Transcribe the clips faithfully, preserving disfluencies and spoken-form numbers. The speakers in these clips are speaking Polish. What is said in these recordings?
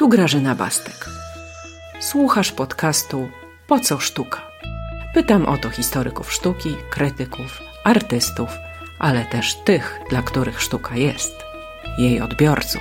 Tu Grażyna Bastek. Słuchasz podcastu Po co sztuka? Pytam o to historyków sztuki, krytyków, artystów, ale też tych, dla których sztuka jest, jej odbiorców.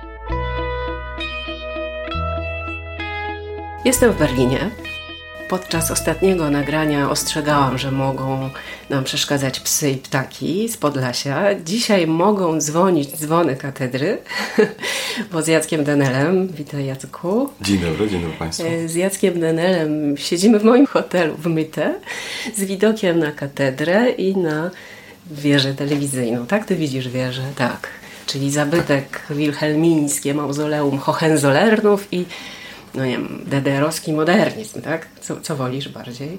Jestem w Berlinie. Podczas ostatniego nagrania ostrzegałam, że mogą nam przeszkadzać psy i ptaki z Podlasia. Dzisiaj mogą dzwonić dzwony katedry, bo z Jackiem Denelem, witaj Jacku. Dzień dobry, dzień dobry Państwu. Z Jackiem Denelem siedzimy w moim hotelu w Mitte z widokiem na katedrę i na wieżę telewizyjną. Tak, ty widzisz wieżę? Tak. Czyli zabytek wilhelmińskie mauzoleum Hohenzollernów i no nie wiem, de de erowski modernizm, tak? Co, co wolisz bardziej?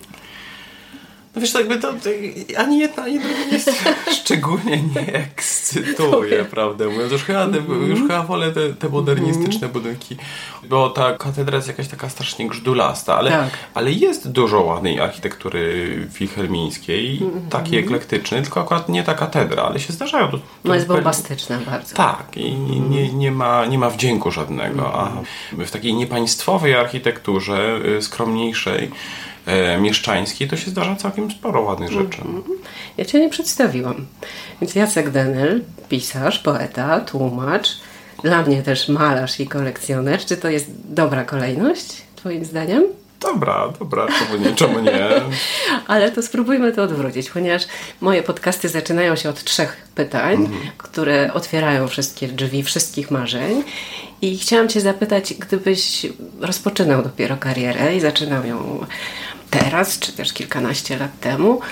No wiesz, tak jakby to, to ani jedna, ani druga nie szczególnie nie ekscytuje, prawdę mówiąc. Już chyba, mm-hmm. już chyba wolę te, te modernistyczne mm-hmm. budynki, bo ta katedra jest jakaś taka strasznie grzdulasta, ale, tak. ale jest dużo ładnej architektury wilhelmińskiej, mm-hmm. takiej eklektycznej, tylko akurat nie ta katedra, ale się zdarzają. To, to no jest bombastyczna bardzo. Tak, i mm-hmm. nie, nie, ma, nie ma wdzięku żadnego. Mm-hmm. A w takiej niepaństwowej architekturze, skromniejszej, E, mieszczańskiej, to się zdarza całkiem sporo ładnych rzeczy. Mm-hmm. Ja Cię nie przedstawiłam. Więc Jacek Denel, pisarz, poeta, tłumacz, dla mnie też malarz i kolekcjoner. Czy to jest dobra kolejność, Twoim zdaniem? Dobra, dobra, czemu nie, czemu nie? Ale to spróbujmy to odwrócić, ponieważ moje podcasty zaczynają się od trzech pytań, mm-hmm. które otwierają wszystkie drzwi wszystkich marzeń. I chciałam Cię zapytać, gdybyś rozpoczynał dopiero karierę i zaczynał ją teraz, czy też kilkanaście lat temu,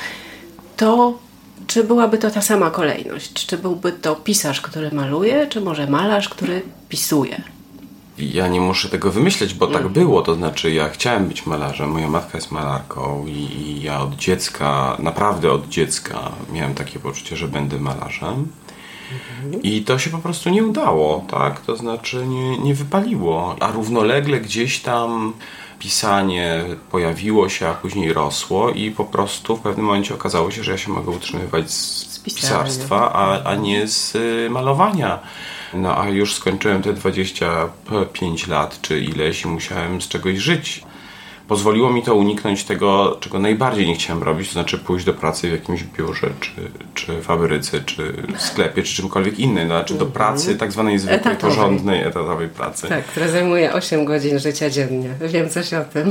to czy byłaby to ta sama kolejność? Czy byłby to pisarz, który maluje, czy może malarz, który pisuje? Ja nie muszę tego wymyśleć, bo tak było, to znaczy ja chciałem być malarzem, moja matka jest malarką i, i ja od dziecka, naprawdę od dziecka miałem takie poczucie, że będę malarzem. I to się po prostu nie udało, tak? To znaczy nie, nie wypaliło. A równolegle gdzieś tam pisanie pojawiło się, a później rosło i po prostu w pewnym momencie okazało się, że ja się mogę utrzymywać z, z pisarstwa, a, a nie z y, malowania. No a już skończyłem te dwadzieścia pięć lat czy ileś i musiałem z czegoś żyć. Pozwoliło mi to uniknąć tego, czego najbardziej nie chciałem robić, to znaczy pójść do pracy w jakimś biurze, czy, czy fabryce, czy sklepie, czy czymkolwiek innym. Znaczy do pracy tak zwanej zwykłej, etatowej. porządnej, etatowej pracy. Tak, która zajmuje osiem godzin życia dziennie. Wiem coś o tym.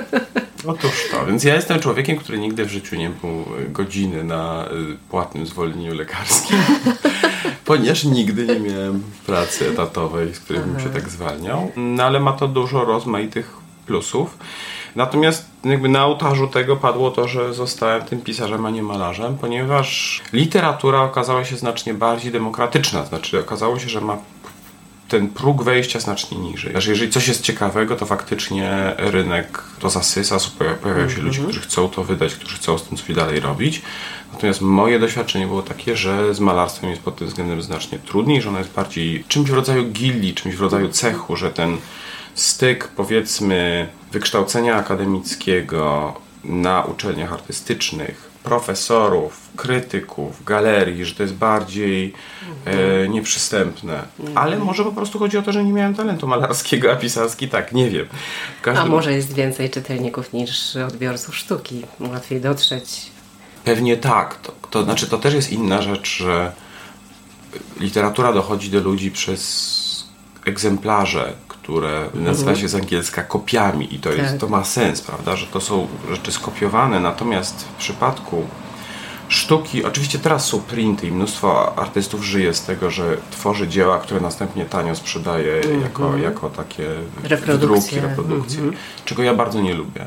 Otóż to. Więc ja jestem człowiekiem, który nigdy w życiu nie był godziny na płatnym zwolnieniu lekarskim, ponieważ nigdy nie miałem pracy etatowej, z której bym się tak zwalniał. No ale ma to dużo rozmaitych plusów. Natomiast jakby na ołtarzu tego padło to, że zostałem tym pisarzem, a nie malarzem, ponieważ literatura okazała się znacznie bardziej demokratyczna. Znaczy okazało się, że ma ten próg wejścia znacznie niżej. Znaczy, jeżeli coś jest ciekawego, to faktycznie rynek to zasysa, pojawiają się mm-hmm. ludzie, którzy chcą to wydać, którzy chcą z tym coś dalej robić. Natomiast moje doświadczenie było takie, że z malarstwem jest pod tym względem znacznie trudniej, że ono jest bardziej czymś w rodzaju gildii, czymś w rodzaju cechu, że ten styk, powiedzmy, wykształcenia akademickiego na uczelniach artystycznych, profesorów, krytyków, galerii, że to jest bardziej e, nieprzystępne. Ale może po prostu chodzi o to, że nie miałem talentu malarskiego, a pisarski tak, nie wiem. Każdym... A może jest więcej czytelników niż odbiorców sztuki? Łatwiej dotrzeć? Pewnie tak. To, to znaczy, to też jest inna rzecz, że literatura dochodzi do ludzi przez egzemplarze, które nazywa się z angielska kopiami i to, jest, tak. to ma sens, prawda, że to są rzeczy skopiowane, natomiast w przypadku sztuki, oczywiście teraz są printy i mnóstwo artystów żyje z tego, że tworzy dzieła, które następnie tanio sprzedaje mm-hmm. jako, jako takie wydruki, reprodukcje, mm-hmm. czego ja bardzo nie lubię.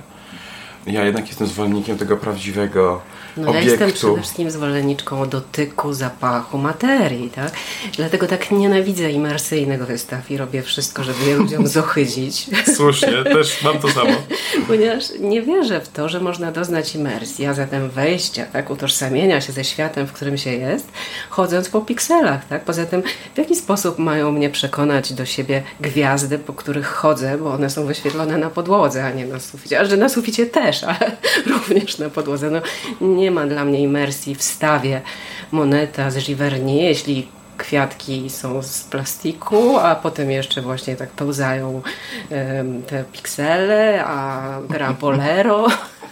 Ja jednak jestem zwolennikiem tego prawdziwego no obiektu. Ja jestem przede wszystkim zwolenniczką dotyku, zapachu, materii, tak? Dlatego tak nienawidzę imersyjnych wystaw i robię wszystko, żeby je ludziom zohydzić. Słusznie, też mam to samo. Ponieważ nie wierzę w to, że można doznać imersji, a zatem wejścia, tak, utożsamienia się ze światem, w którym się jest, chodząc po pikselach, tak? Poza tym, w jaki sposób mają mnie przekonać do siebie gwiazdy, po których chodzę, bo one są wyświetlone na podłodze, a nie na suficie. A że na suficie też, ale również na podłodze. No, nie ma dla mnie imersji w stawie Moneta z Giverny, jeśli kwiatki są z plastiku, a potem jeszcze właśnie tak pełzają um, te piksele, a gra bolero.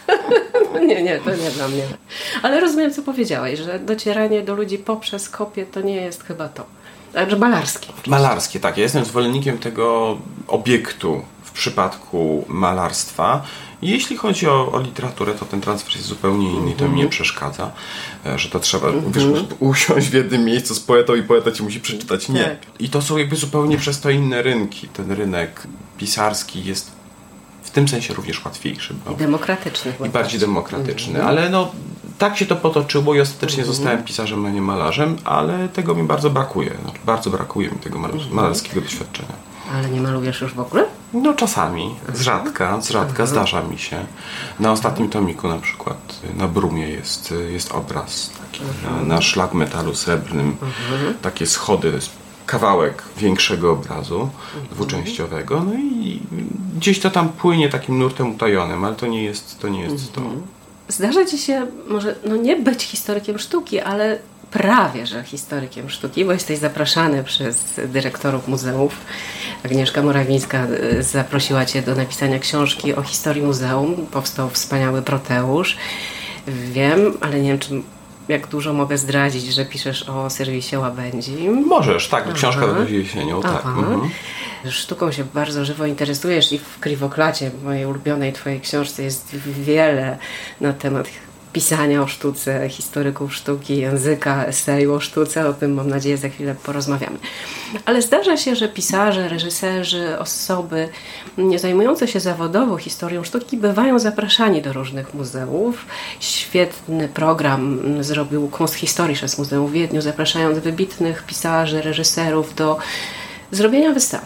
Nie, nie, to nie dla mnie. Ale rozumiem, co powiedziałeś, że docieranie do ludzi poprzez kopię to nie jest chyba to. Także malarskie. Malarskie, tak. Ja jestem zwolennikiem tego obiektu w przypadku malarstwa. Jeśli chodzi o, o literaturę, to ten transfer jest zupełnie inny, mm-hmm. to mi nie przeszkadza, że to trzeba mm-hmm. wiesz, usiąść w jednym miejscu z poetą i poeta ci musi przeczytać. Nie. Tak. I to są jakby zupełnie przez to inne rynki. Ten rynek pisarski jest w tym sensie również łatwiejszy. I demokratyczny. I bardziej demokratyczny. Mm-hmm. Ale no, tak się to potoczyło i ostatecznie mm-hmm. zostałem pisarzem, a nie malarzem, ale tego mi bardzo brakuje. Znaczy, bardzo brakuje mi tego malarz- malarskiego doświadczenia. Ale nie malujesz już w ogóle? No czasami, z rzadka, z rzadka Aha. zdarza mi się. Na ostatnim tomiku na przykład na Brumie jest, jest obraz taki na, na szlak metalu srebrnym, Aha. takie schody, to jest kawałek większego obrazu, dwuczęściowego, no i gdzieś to tam płynie takim nurtem utajonym, ale to nie jest to. Nie jest to. Zdarza ci się może no nie być historykiem sztuki, ale prawie że historykiem sztuki, bo jesteś zapraszany przez dyrektorów muzeów. Agnieszka Morawińska zaprosiła cię do napisania książki o historii muzeum. Powstał wspaniały Proteusz. Wiem, ale nie wiem, czy jak dużo mogę zdradzić, że piszesz o serwisie Łabędzi. Możesz, tak. Książka wychodzi jesienią. Tak. Mhm. Sztuką się bardzo żywo interesujesz i w Kriwoklacie, mojej ulubionej twojej książce, jest wiele na temat pisania o sztuce, historyków sztuki, języka, eseju o sztuce. O tym, mam nadzieję, za chwilę porozmawiamy. Ale zdarza się, że pisarze, reżyserzy, osoby nie zajmujące się zawodowo historią sztuki bywają zapraszani do różnych muzeów. Świetny program zrobił Kunsthistorisches Muzeum w Wiedniu, zapraszając wybitnych pisarzy, reżyserów do zrobienia wystawy.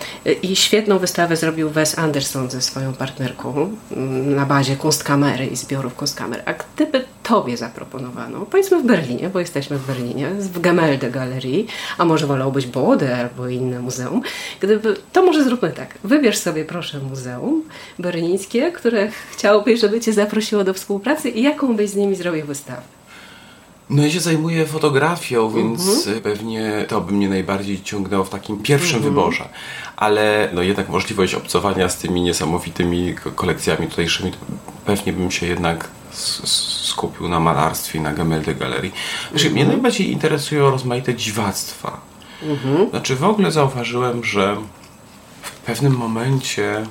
I świetną wystawę zrobił Wes Anderson ze swoją partnerką na bazie Kunstkamery i zbiorów Kunstkamer. A gdyby tobie zaproponowano, powiedzmy w Berlinie, bo jesteśmy w Berlinie, w Gemälde Galerii, a może wolałbyś Bode albo inne muzeum, gdyby, to może zróbmy tak. Wybierz sobie proszę muzeum berlińskie, które chciałbyś, żeby cię zaprosiło do współpracy i jaką byś z nimi zrobił wystawę. No ja się zajmuję fotografią, więc uh-huh. pewnie to by mnie najbardziej ciągnęło w takim pierwszym uh-huh. wyborze. Ale no jednak możliwość obcowania z tymi niesamowitymi kolekcjami tutejszymi, to pewnie bym się jednak skupił na malarstwie i na Gemälde Galerii. Znaczy, uh-huh. mnie najbardziej interesują rozmaite dziwactwa. Uh-huh. Znaczy w ogóle zauważyłem, że w pewnym momencie,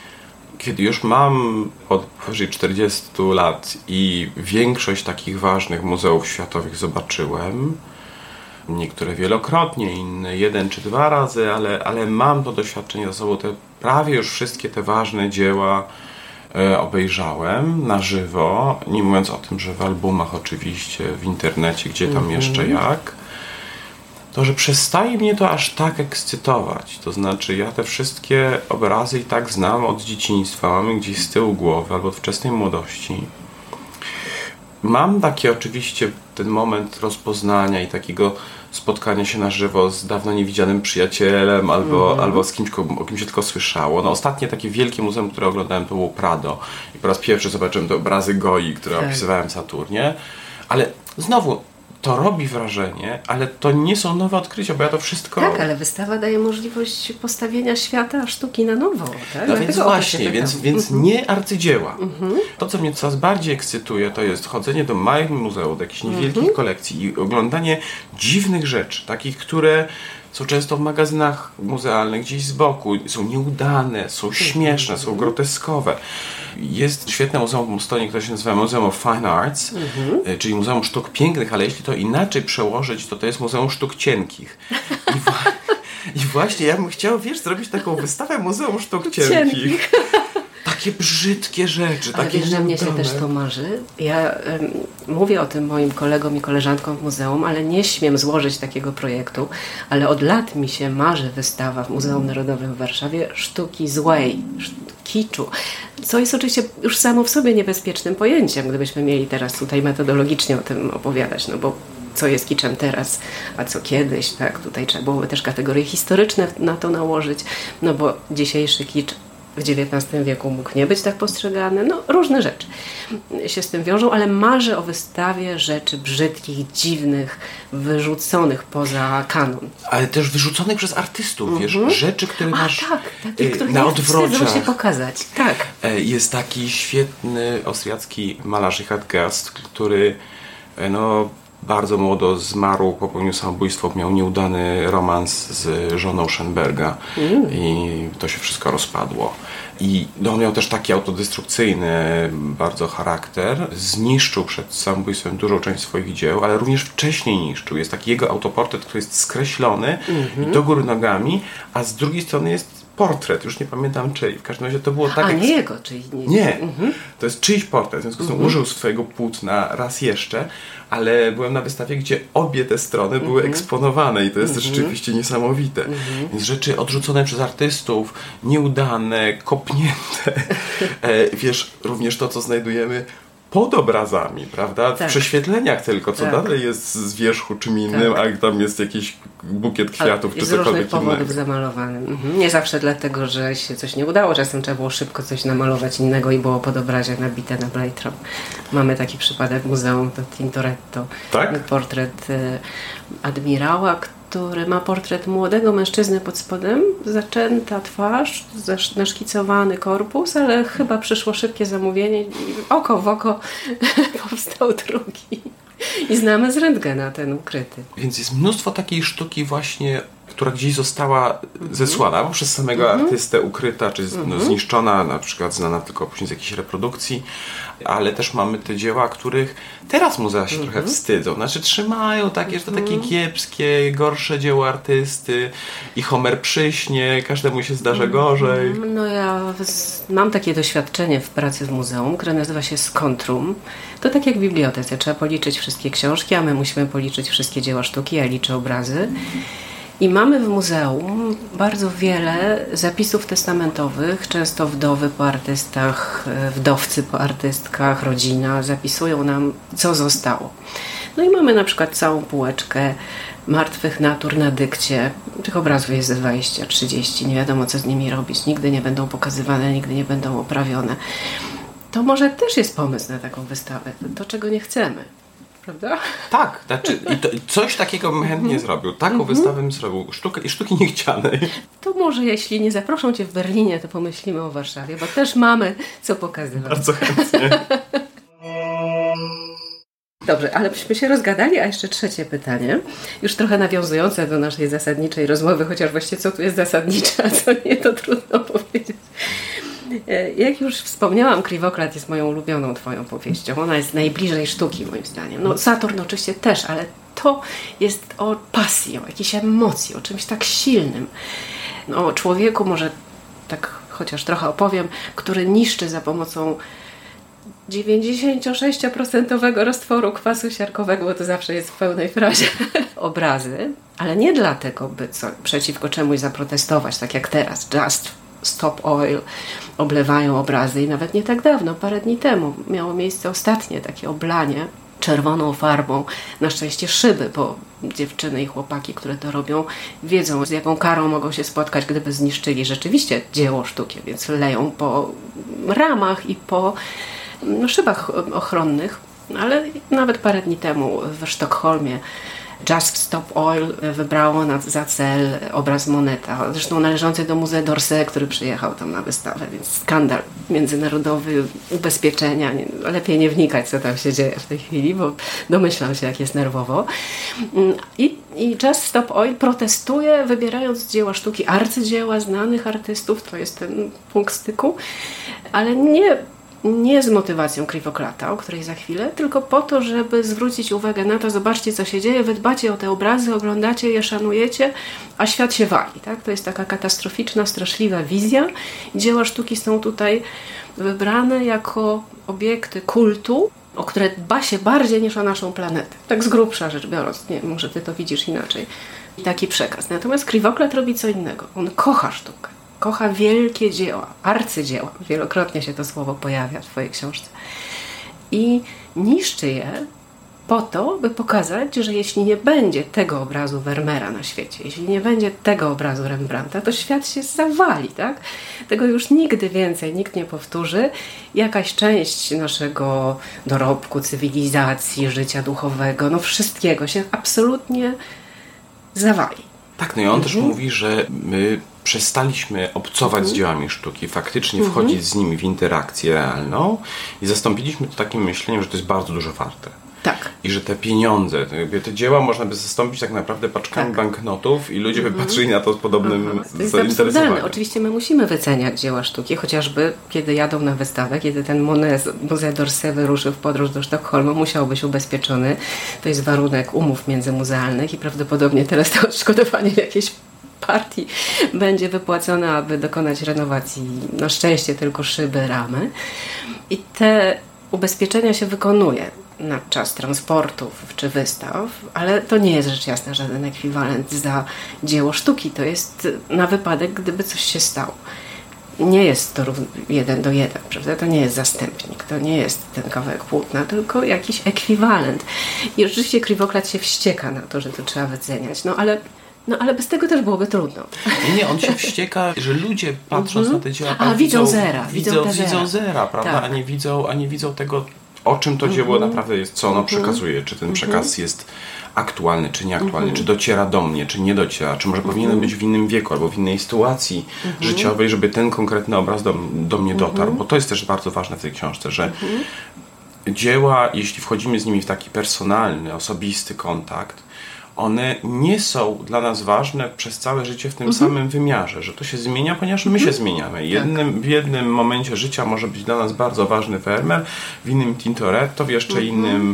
kiedy już mam od powyżej czterdziestu lat i większość takich ważnych muzeów światowych zobaczyłem, niektóre wielokrotnie, inne jeden czy dwa razy, ale, ale mam to doświadczenie za sobą, te prawie już wszystkie te ważne dzieła e, obejrzałem na żywo, nie mówiąc o tym, że w albumach oczywiście, w internecie, gdzie tam mm-hmm. jeszcze jak. To, że przestaje mnie to aż tak ekscytować. To znaczy, ja te wszystkie obrazy i tak znam od dzieciństwa, mamy gdzieś z tyłu głowy albo od wczesnej młodości. Mam taki oczywiście ten moment rozpoznania i takiego spotkania się na żywo z dawno niewidzianym przyjacielem albo, mm-hmm. albo z kimś, o kim się tylko słyszało. No, ostatnie takie wielkie muzeum, które oglądałem, to było Prado. I po raz pierwszy zobaczyłem te obrazy Goi, które tak. opisywałem w Saturnie. Ale znowu, to robi wrażenie, ale to nie są nowe odkrycia, bo ja to wszystko... Tak, ale wystawa daje możliwość postawienia świata sztuki na nowo. Tak? No więc właśnie, więc, więc nie arcydzieła. Mm-hmm. To, co mnie coraz bardziej ekscytuje, to jest chodzenie do małych muzeów, do jakichś niewielkich mm-hmm. kolekcji i oglądanie dziwnych rzeczy, takich, które są często w magazynach muzealnych gdzieś z boku, są nieudane, są śmieszne, są groteskowe. Jest świetne muzeum w Mostonie, które się nazywa Museum of Fine Arts, mhm. czyli Muzeum Sztuk Pięknych, ale jeśli to inaczej przełożyć, to to jest Muzeum Sztuk Cienkich. I, wa- i właśnie ja bym chciał, wiesz, zrobić taką wystawę Muzeum Sztuk Cienkich. Takie brzydkie rzeczy. Ale takie wiesz, że mnie się też to marzy. Ja um, mówię o tym moim kolegom i koleżankom w muzeum, ale nie śmiem złożyć takiego projektu, ale od lat mi się marzy wystawa w Muzeum Narodowym w Warszawie sztuki złej, kiczu, co jest oczywiście już samo w sobie niebezpiecznym pojęciem, gdybyśmy mieli teraz tutaj metodologicznie o tym opowiadać, no bo co jest kiczem teraz, a co kiedyś, tak? Tutaj trzeba byłoby też kategorie historyczne na to nałożyć, no bo dzisiejszy kicz w dziewiętnastym wieku mógł nie być tak postrzegany. No, różne rzeczy się z tym wiążą, ale marzę o wystawie rzeczy brzydkich, dziwnych, wyrzuconych poza kanon. Ale też wyrzuconych przez artystów, wiesz, mm-hmm. rzeczy, które A, masz tak, takie, które na nie odwrociach. wstydzą się pokazać. Tak. Jest taki świetny austriacki malarz Richard Gerst, który no, bardzo młodo zmarł, popełnił samobójstwo, miał nieudany romans z żoną Schönberga mm. i to się wszystko rozpadło. I no, on miał też taki autodestrukcyjny bardzo charakter. Zniszczył przed samobójstwem dużą część swoich dzieł, ale również wcześniej niszczył. Jest taki jego autoportret, który jest skreślony mm-hmm. i do góry nogami, a z drugiej strony jest portret, już nie pamiętam czyj. W każdym razie to było tak... A jak... nie jego, czyli... Nie, nie. Mm-hmm. To jest czyjś portret, w związku z tym mm-hmm. użył swojego płótna raz jeszcze, ale byłem na wystawie, gdzie obie te strony mm-hmm. były eksponowane i to jest mm-hmm. rzeczywiście niesamowite. Mm-hmm. Więc rzeczy odrzucone przez artystów, nieudane, kopnięte. e, wiesz, również to, co znajdujemy pod obrazami, prawda? Tak. W prześwietleniach tylko, co tak. dalej jest z wierzchu czym innym, tak. a tam jest jakiś bukiet kwiatów, czy cokolwiek innego. Z różnych powodów innego. zamalowany. Mhm. Nie zawsze dlatego, że się coś nie udało. Czasem trzeba było szybko coś namalować innego i było pod obrazie nabite na Blytrom. Mamy taki przypadek w muzeum, to Tintoretto. Tak? Portret y, admirała, który ma portret młodego mężczyzny pod spodem, zaczęta twarz, naszkicowany korpus, ale chyba przyszło szybkie zamówienie i oko w oko powstał drugi. I znamy z rentgena ten ukryty. Więc jest mnóstwo takiej sztuki właśnie, która gdzieś została zesłana, albo przez samego mm-hmm. artystę ukryta, czy no, mm-hmm. zniszczona, na przykład znana tylko później z jakiejś reprodukcji, ale też mamy te dzieła, których teraz muzea się mm-hmm. trochę wstydzą. Znaczy trzymają takie, że to takie kiepskie, gorsze dzieło artysty i Homer przyśnie, każdemu się zdarza gorzej. No ja mam takie doświadczenie w pracy w muzeum, które nazywa się Skontrum. To tak jak w bibliotece, trzeba policzyć wszystkie książki, a my musimy policzyć wszystkie dzieła sztuki, ja liczę obrazy. I mamy w muzeum bardzo wiele zapisów testamentowych, często wdowy po artystach, wdowcy po artystkach, rodzina zapisują nam, co zostało. No i mamy na przykład całą półeczkę martwych natur na dykcie. Tych obrazów jest dwadzieścia trzydzieści, nie wiadomo co z nimi robić, nigdy nie będą pokazywane, nigdy nie będą oprawione. To może też jest pomysł na taką wystawę, to czego nie chcemy. Prawda? Tak, znaczy i to, coś takiego bym chętnie mm-hmm. zrobił. Taką mm-hmm. wystawę bym zrobił. Sztukę, sztuki niechcianej. To może jeśli nie zaproszą Cię w Berlinie, to pomyślimy o Warszawie, bo też mamy co pokazywać. Bardzo chętnie. Dobrze, ale byśmy się rozgadali, a jeszcze trzecie pytanie, już trochę nawiązujące do naszej zasadniczej rozmowy, chociaż właściwie co tu jest zasadnicze, a co nie, to trudno powiedzieć. Jak już wspomniałam, Kriwoklat jest moją ulubioną Twoją powieścią. Ona jest najbliżej sztuki, moim zdaniem. No Saturn oczywiście też, ale to jest o pasji, o jakiejś emocji, o czymś tak silnym. No, o człowieku może tak chociaż trochę opowiem, który niszczy za pomocą dziewięćdziesiąt sześć procent roztworu kwasu siarkowego, bo to zawsze jest w pełnej frazie, obrazy, ale nie dlatego, by co, przeciwko czemuś zaprotestować, tak jak teraz, Just Stop Oil oblewają obrazy i nawet nie tak dawno, parę dni temu miało miejsce ostatnie takie oblanie czerwoną farbą, na szczęście szyby, bo dziewczyny i chłopaki, które to robią, wiedzą, z jaką karą mogą się spotkać, gdyby zniszczyli rzeczywiście dzieło sztuki, więc leją po ramach i po no, szybach ochronnych, ale nawet parę dni temu w Sztokholmie Just Stop Oil wybrało na, za cel obraz Moneta, zresztą należący do Musée d'Orsay, który przyjechał tam na wystawę, więc skandal międzynarodowy, ubezpieczenia, nie, lepiej nie wnikać, co tam się dzieje w tej chwili, bo domyślam się, jak jest nerwowo. I, i Just Stop Oil protestuje, wybierając dzieła sztuki, arcydzieła znanych artystów, to jest ten punkt styku, ale nie nie z motywacją Kriwoklata, o której za chwilę, tylko po to, żeby zwrócić uwagę na to, zobaczcie, co się dzieje, wy dbacie o te obrazy, oglądacie je, szanujecie, a świat się wali. Tak? To jest taka katastroficzna, straszliwa wizja. Dzieła sztuki są tutaj wybrane jako obiekty kultu, o które dba się bardziej niż o naszą planetę. Tak z grubsza rzecz biorąc. Nie, może ty to widzisz inaczej. I taki przekaz. Natomiast Kriwoklat robi co innego. On kocha sztukę. Kocha wielkie dzieła, arcydzieła. Wielokrotnie się to słowo pojawia w twojej książce. I niszczy je po to, by pokazać, że jeśli nie będzie tego obrazu Vermeera na świecie, jeśli nie będzie tego obrazu Rembrandta, to świat się zawali, tak? Tego już nigdy więcej nikt nie powtórzy. Jakaś część naszego dorobku, cywilizacji, życia duchowego, no wszystkiego się absolutnie zawali. Tak, no i on mhm. też mówi, że my przestaliśmy obcować mhm. z dziełami sztuki, faktycznie mhm. wchodzić z nimi w interakcję realną i zastąpiliśmy to takim myśleniem, że to jest bardzo dużo warte. Tak. I że te pieniądze, te, te dzieła można by zastąpić tak naprawdę paczkami tak. banknotów i ludzie mm-hmm. by patrzyli na to z podobnym mm-hmm. to jest zainteresowaniem. Oczywiście my musimy wyceniać dzieła sztuki, chociażby kiedy jadą na wystawę, kiedy ten Monet Musée d'Orsay wyruszył w podróż do Sztokholmu, musiał być ubezpieczony. To jest warunek umów międzymuzealnych i prawdopodobnie teraz to odszkodowanie w jakiejś partii będzie wypłacone, aby dokonać renowacji, na szczęście tylko szyby, ramy. I te ubezpieczenia się wykonuje na czas transportów czy wystaw, ale to nie jest rzecz jasna żaden ekwiwalent za dzieło sztuki. To jest na wypadek, gdyby coś się stało. Nie jest to jeden do jeden, prawda? To nie jest zastępnik, to nie jest ten kawałek płótna, tylko jakiś ekwiwalent. I oczywiście Kriwoklat się wścieka na to, że to trzeba wyceniać, no ale No ale bez tego też byłoby trudno. Nie, nie, on się wścieka, że ludzie patrząc mm-hmm. na te dzieła... A, widzą zera. Widzą, widzą, widzą zera. zera, prawda? Tak. A, nie widzą, a nie widzą tego, o czym to mm-hmm. dzieło naprawdę jest, co ono mm-hmm. przekazuje. Czy ten mm-hmm. przekaz jest aktualny, czy nieaktualny, mm-hmm. czy dociera do mnie, czy nie dociera, czy może mm-hmm. powinien być w innym wieku, albo w innej sytuacji mm-hmm. życiowej, żeby ten konkretny obraz do, do mnie dotarł. Mm-hmm. Bo to jest też bardzo ważne w tej książce, że mm-hmm. dzieła, jeśli wchodzimy z nimi w taki personalny, osobisty kontakt, one nie są dla nas ważne przez całe życie w tym mhm. samym wymiarze, że to się zmienia, ponieważ my się zmieniamy. Jednym, tak. W jednym momencie życia może być dla nas bardzo ważny Vermeer, w innym Tintoretto, w jeszcze mhm. innym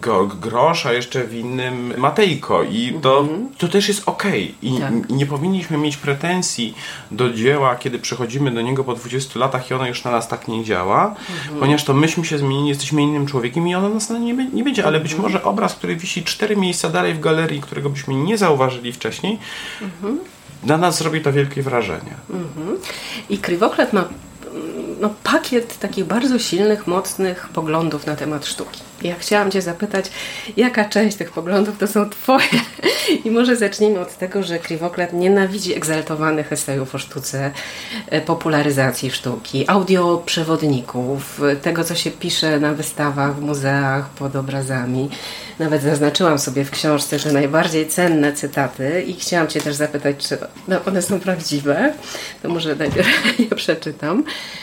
Grosz, a jeszcze w innym Matejko. I to, mhm. to też jest okej. I tak. nie powinniśmy mieć pretensji do dzieła, kiedy przychodzimy do niego po dwudziestu latach i ono już na nas tak nie działa, mhm. ponieważ to myśmy się zmienili, jesteśmy innym człowiekiem i ono nas nie, nie będzie. Ale być może obraz, który wisi cztery miejsca dalej w galerii, którego byśmy nie zauważyli wcześniej, mhm. na nas zrobi to wielkie wrażenie. Mhm. I Kriwoklat ma no, pakiet takich bardzo silnych, mocnych poglądów na temat sztuki. Ja chciałam Cię zapytać, jaka część tych poglądów to są Twoje? I może zacznijmy od tego, że Kriwoklat nienawidzi egzaltowanych esejów o sztuce, popularyzacji sztuki, audioprzewodników, tego, co się pisze na wystawach, w muzeach, pod obrazami. Nawet zaznaczyłam sobie w książce, że najbardziej cenne cytaty i chciałam Cię też zapytać, czy one są prawdziwe. To może najpierw je przeczytam.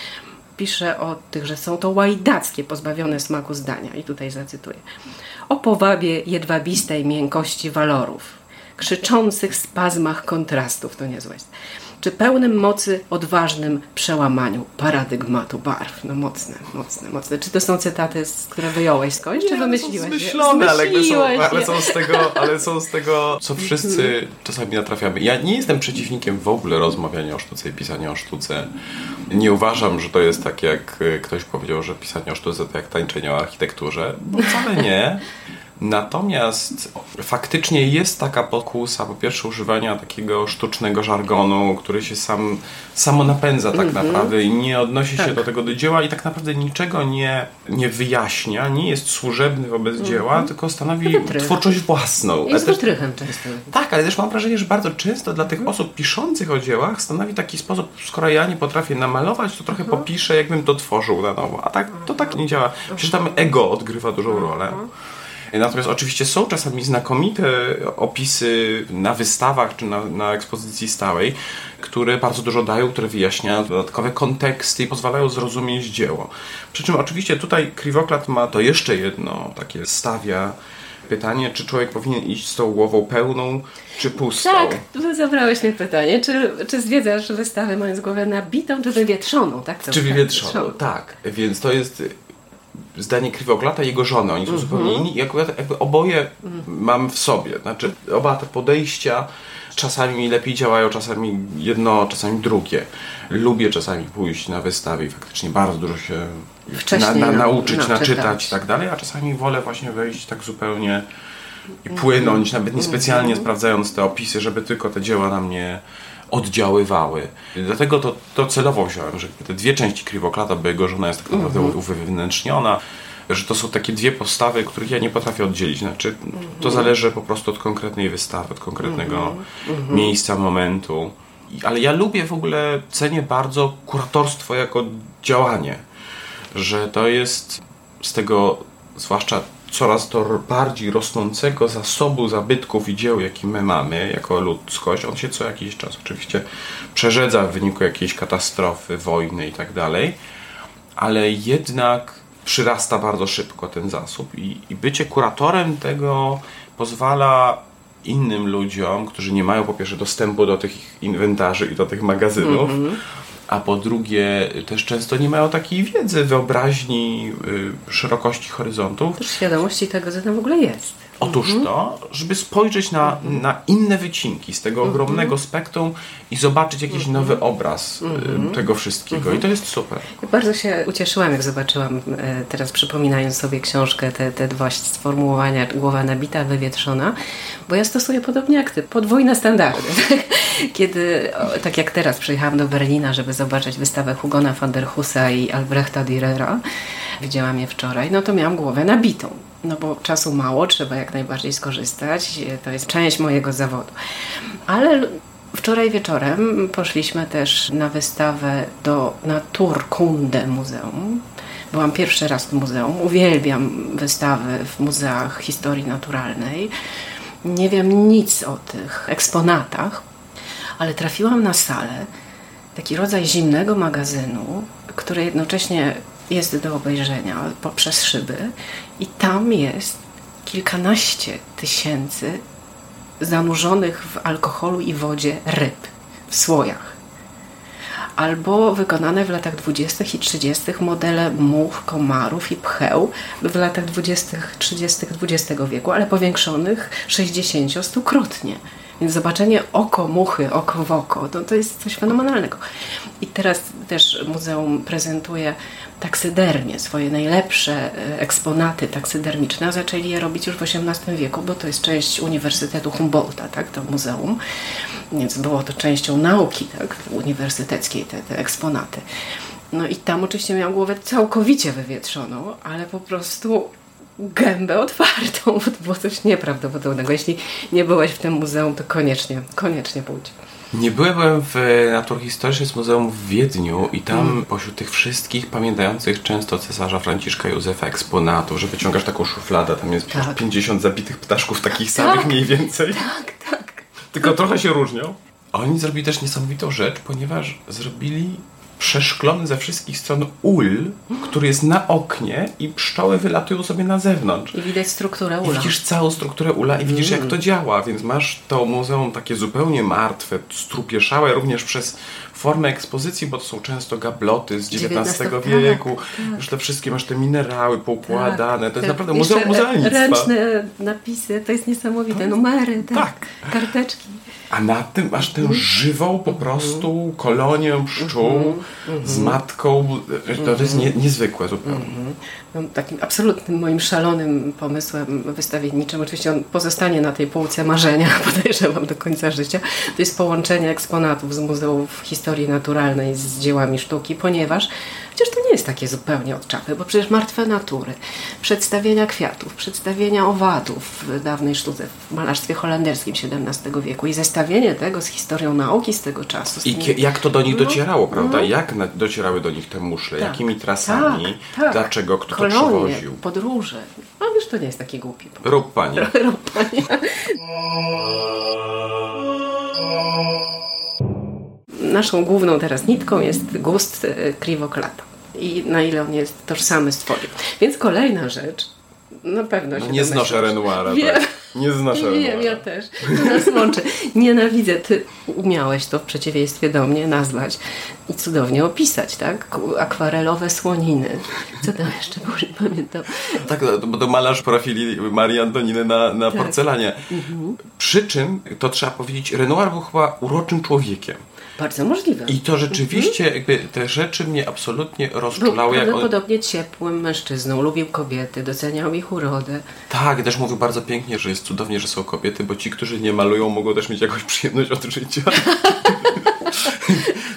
Pisze o tych, że są to łajdackie, pozbawione smaku zdania. I tutaj zacytuję. O powabie jedwabistej miękkości walorów, krzyczących spazmach kontrastów, to niezłe jest, czy pełnym mocy, odważnym przełamaniu paradygmatu barw. No mocne, mocne, mocne. Czy to są cytaty, które wyjąłeś skądś, czy wymyśliłeś je? Zmyślone, ale, są, ale, są z tego, ale są z tego, co wszyscy czasami natrafiamy. Ja nie jestem przeciwnikiem w ogóle rozmawiania o sztuce i pisania o sztuce. Nie uważam, że to jest tak, jak ktoś powiedział, że pisanie o sztuce to jak tańczenie o architekturze. Bo wcale nie. Natomiast faktycznie jest taka pokusa, po pierwsze, używania takiego sztucznego żargonu, który się sam samo napędza tak mm-hmm. naprawdę i nie odnosi tak. się do tego do dzieła i tak naprawdę niczego nie, nie wyjaśnia, nie jest służebny wobec mm-hmm. dzieła, tylko stanowi twórczość własną. Jest wytrychem często. Tak, ale też mam wrażenie, że bardzo często dla tych mm-hmm. osób piszących o dziełach stanowi taki sposób, skoro ja nie potrafię namalować, to trochę mm-hmm. popiszę, jakbym to tworzył na nowo. A tak to tak nie działa. Przecież tam ego odgrywa dużą rolę. Natomiast oczywiście są czasami znakomite opisy na wystawach czy na, na ekspozycji stałej, które bardzo dużo dają, które wyjaśniają dodatkowe konteksty i pozwalają zrozumieć dzieło. Przy czym oczywiście tutaj Kriwoklat ma to jeszcze jedno takie stawia pytanie, czy człowiek powinien iść z tą głową pełną, czy pustą? Tak, zabrałeś mnie pytanie. Czy, czy zwiedzasz wystawę mając głowę nabitą, czy wywietrzoną? Tak, czy wywietrzoną, tak. Więc to jest zdanie Kriwoklata i jego żony. Oni są mm-hmm. zupełnie inni i akurat jakby oboje mm. mam w sobie. Znaczy oba te podejścia czasami lepiej działają, czasami jedno, czasami drugie. Lubię czasami pójść na wystawę i faktycznie bardzo dużo się na, na, nauczyć, naczytać. naczytać i tak dalej, a czasami wolę właśnie wejść tak zupełnie i płynąć, mm. nawet niespecjalnie mm. sprawdzając te opisy, żeby tylko te dzieła na mnie oddziaływały. Dlatego to, to celowo wziąłem, że te dwie części Kriwoklata, bo jego żona jest tak naprawdę mm-hmm. uwewnętrzniona że to są takie dwie postawy, których ja nie potrafię oddzielić. Znaczy, to zależy po prostu od konkretnej wystawy, od konkretnego miejsca, momentu. Ale ja lubię w ogóle, cenię bardzo kuratorstwo jako działanie. Że to jest z tego, zwłaszcza coraz to bardziej rosnącego zasobu zabytków i dzieł, jaki my mamy jako ludzkość, on się co jakiś czas oczywiście przerzedza w wyniku jakiejś katastrofy, wojny i tak dalej, ale jednak przyrasta bardzo szybko ten zasób i, i bycie kuratorem tego pozwala innym ludziom, którzy nie mają po pierwsze dostępu do tych inwentarzy i do tych magazynów, mm-hmm. a po drugie też często nie mają takiej wiedzy, wyobraźni, y, szerokości horyzontów. Też świadomości tego, że tam w ogóle jest. Otóż mm-hmm. to, żeby spojrzeć na, mm-hmm. na inne wycinki z tego mm-hmm. ogromnego spektrum i zobaczyć jakiś mm-hmm. nowy obraz mm-hmm. y, tego wszystkiego. Mm-hmm. I to jest super. Ja bardzo się ucieszyłam, jak zobaczyłam, y, teraz przypominając sobie książkę, te, te dwa sformułowania, głowa nabita, wywietrzona, bo ja stosuję podobnie jak ty, podwójne standardy. Kiedy, o, tak jak teraz przyjechałam do Berlina, żeby zobaczyć wystawę Hugona van der Husa i Albrechta Dürera, widziałam je wczoraj, no to miałam głowę nabitą. No bo czasu mało, trzeba jak najbardziej skorzystać. To jest część mojego zawodu. Ale wczoraj wieczorem poszliśmy też na wystawę do Naturkunde Muzeum. Byłam pierwszy raz w muzeum. Uwielbiam wystawy w muzeach historii naturalnej. Nie wiem nic o tych eksponatach, ale trafiłam na salę, taki rodzaj zimnego magazynu, który jednocześnie jest do obejrzenia poprzez szyby i tam jest kilkanaście tysięcy zanurzonych w alkoholu i wodzie ryb w słojach. Albo wykonane w latach dwudziestych i trzydziestych modele much, komarów i pcheł w latach dwudziestych, trzydziestych dwudziestego wieku, ale powiększonych sześćdziesięciostukrotnie. Więc zobaczenie oko muchy, oko w oko, to, to jest coś fenomenalnego. I teraz też muzeum prezentuje taksydermię, swoje najlepsze eksponaty taksydermiczne, a zaczęli je robić już w osiemnastym wieku, bo to jest część Uniwersytetu Humboldta, tak, to muzeum, więc było to częścią nauki, tak, uniwersyteckiej, te, te eksponaty. No i tam oczywiście miałam głowę całkowicie wywietrzoną, ale po prostu gębę otwartą, bo to było coś nieprawdopodobnego. Jeśli nie byłeś w tym muzeum, to koniecznie, koniecznie pójdź. Nie byłem w Naturhistorycznym Muzeum w Wiedniu i tam mm. pośród tych wszystkich pamiętających często cesarza Franciszka Józefa eksponatów, że wyciągasz taką szufladę, tam jest tak. pięćdziesiąt zabitych ptaszków takich tak, samych mniej więcej. Tak, tak. Tylko trochę się różnią. Oni zrobili też niesamowitą rzecz, ponieważ zrobili przeszklony ze wszystkich stron ul, który jest na oknie i pszczoły wylatują sobie na zewnątrz. I widać strukturę ula. I widzisz całą strukturę ula i widzisz, mm. jak to działa, więc masz to muzeum takie zupełnie martwe, strupieszałe również przez formę ekspozycji, bo to są często gabloty z dziewiętnastego wieku. Tak. Już te wszystkie masz te minerały poukładane. Tak, to jest tak. naprawdę muzeum muzealnictwa. Ręczne napisy, to jest niesamowite. Numery, tak. tak. Karteczki. A na tym masz tę żywą po prostu mm-hmm. kolonię pszczół mm-hmm. z matką. To, to jest nie, niezwykłe zupełnie. Mm-hmm. No, takim absolutnym moim szalonym pomysłem wystawienniczym, oczywiście on pozostanie na tej półce marzenia, podejrzewam do końca życia, to jest połączenie eksponatów z Muzeów Historii Naturalnej z dziełami sztuki, ponieważ przecież to nie jest takie zupełnie od czapy, bo przecież martwe natury, przedstawienia kwiatów, przedstawienia owadów w dawnej sztuce, w malarstwie holenderskim siedemnastego wieku i zestawienie tego z historią nauki z tego czasu. I kie, jak to do nich no, docierało, prawda? No. Jak na, docierały do nich te muszle? Tak, jakimi trasami? Tak, tak. Dlaczego? Kto Kolonie, to przywoził? Podróże. No wiesz, to nie jest taki głupi. Rób pani. Rób pani. Naszą główną teraz nitką jest gust Krivoklata i na ile on jest tożsamy z twoim. Więc kolejna rzecz, na pewno się no nie znoszę Renoira, tak. Nie znoszę Renoira. Wiem, ja też. To nas łączy. Nienawidzę. Ty umiałeś to w przeciwieństwie do mnie nazwać i cudownie opisać, tak? Akwarelowe słoniny. Co tam jeszcze było, nie pamiętam. Tak, bo to malarz profili Marii Antoniny na, na tak. porcelanie. Mhm. Przy czym, to trzeba powiedzieć, Renoir był chyba uroczym człowiekiem. Bardzo możliwe. I to rzeczywiście, mhm. jakby te rzeczy mnie absolutnie rozczulały. Był prawdopodobnie on... ciepłym mężczyzną, lubił kobiety, doceniał ich urodę. Tak, też mówił bardzo pięknie, że jest cudownie, że są kobiety, bo ci, którzy nie malują, mogą też mieć jakąś przyjemność od życia.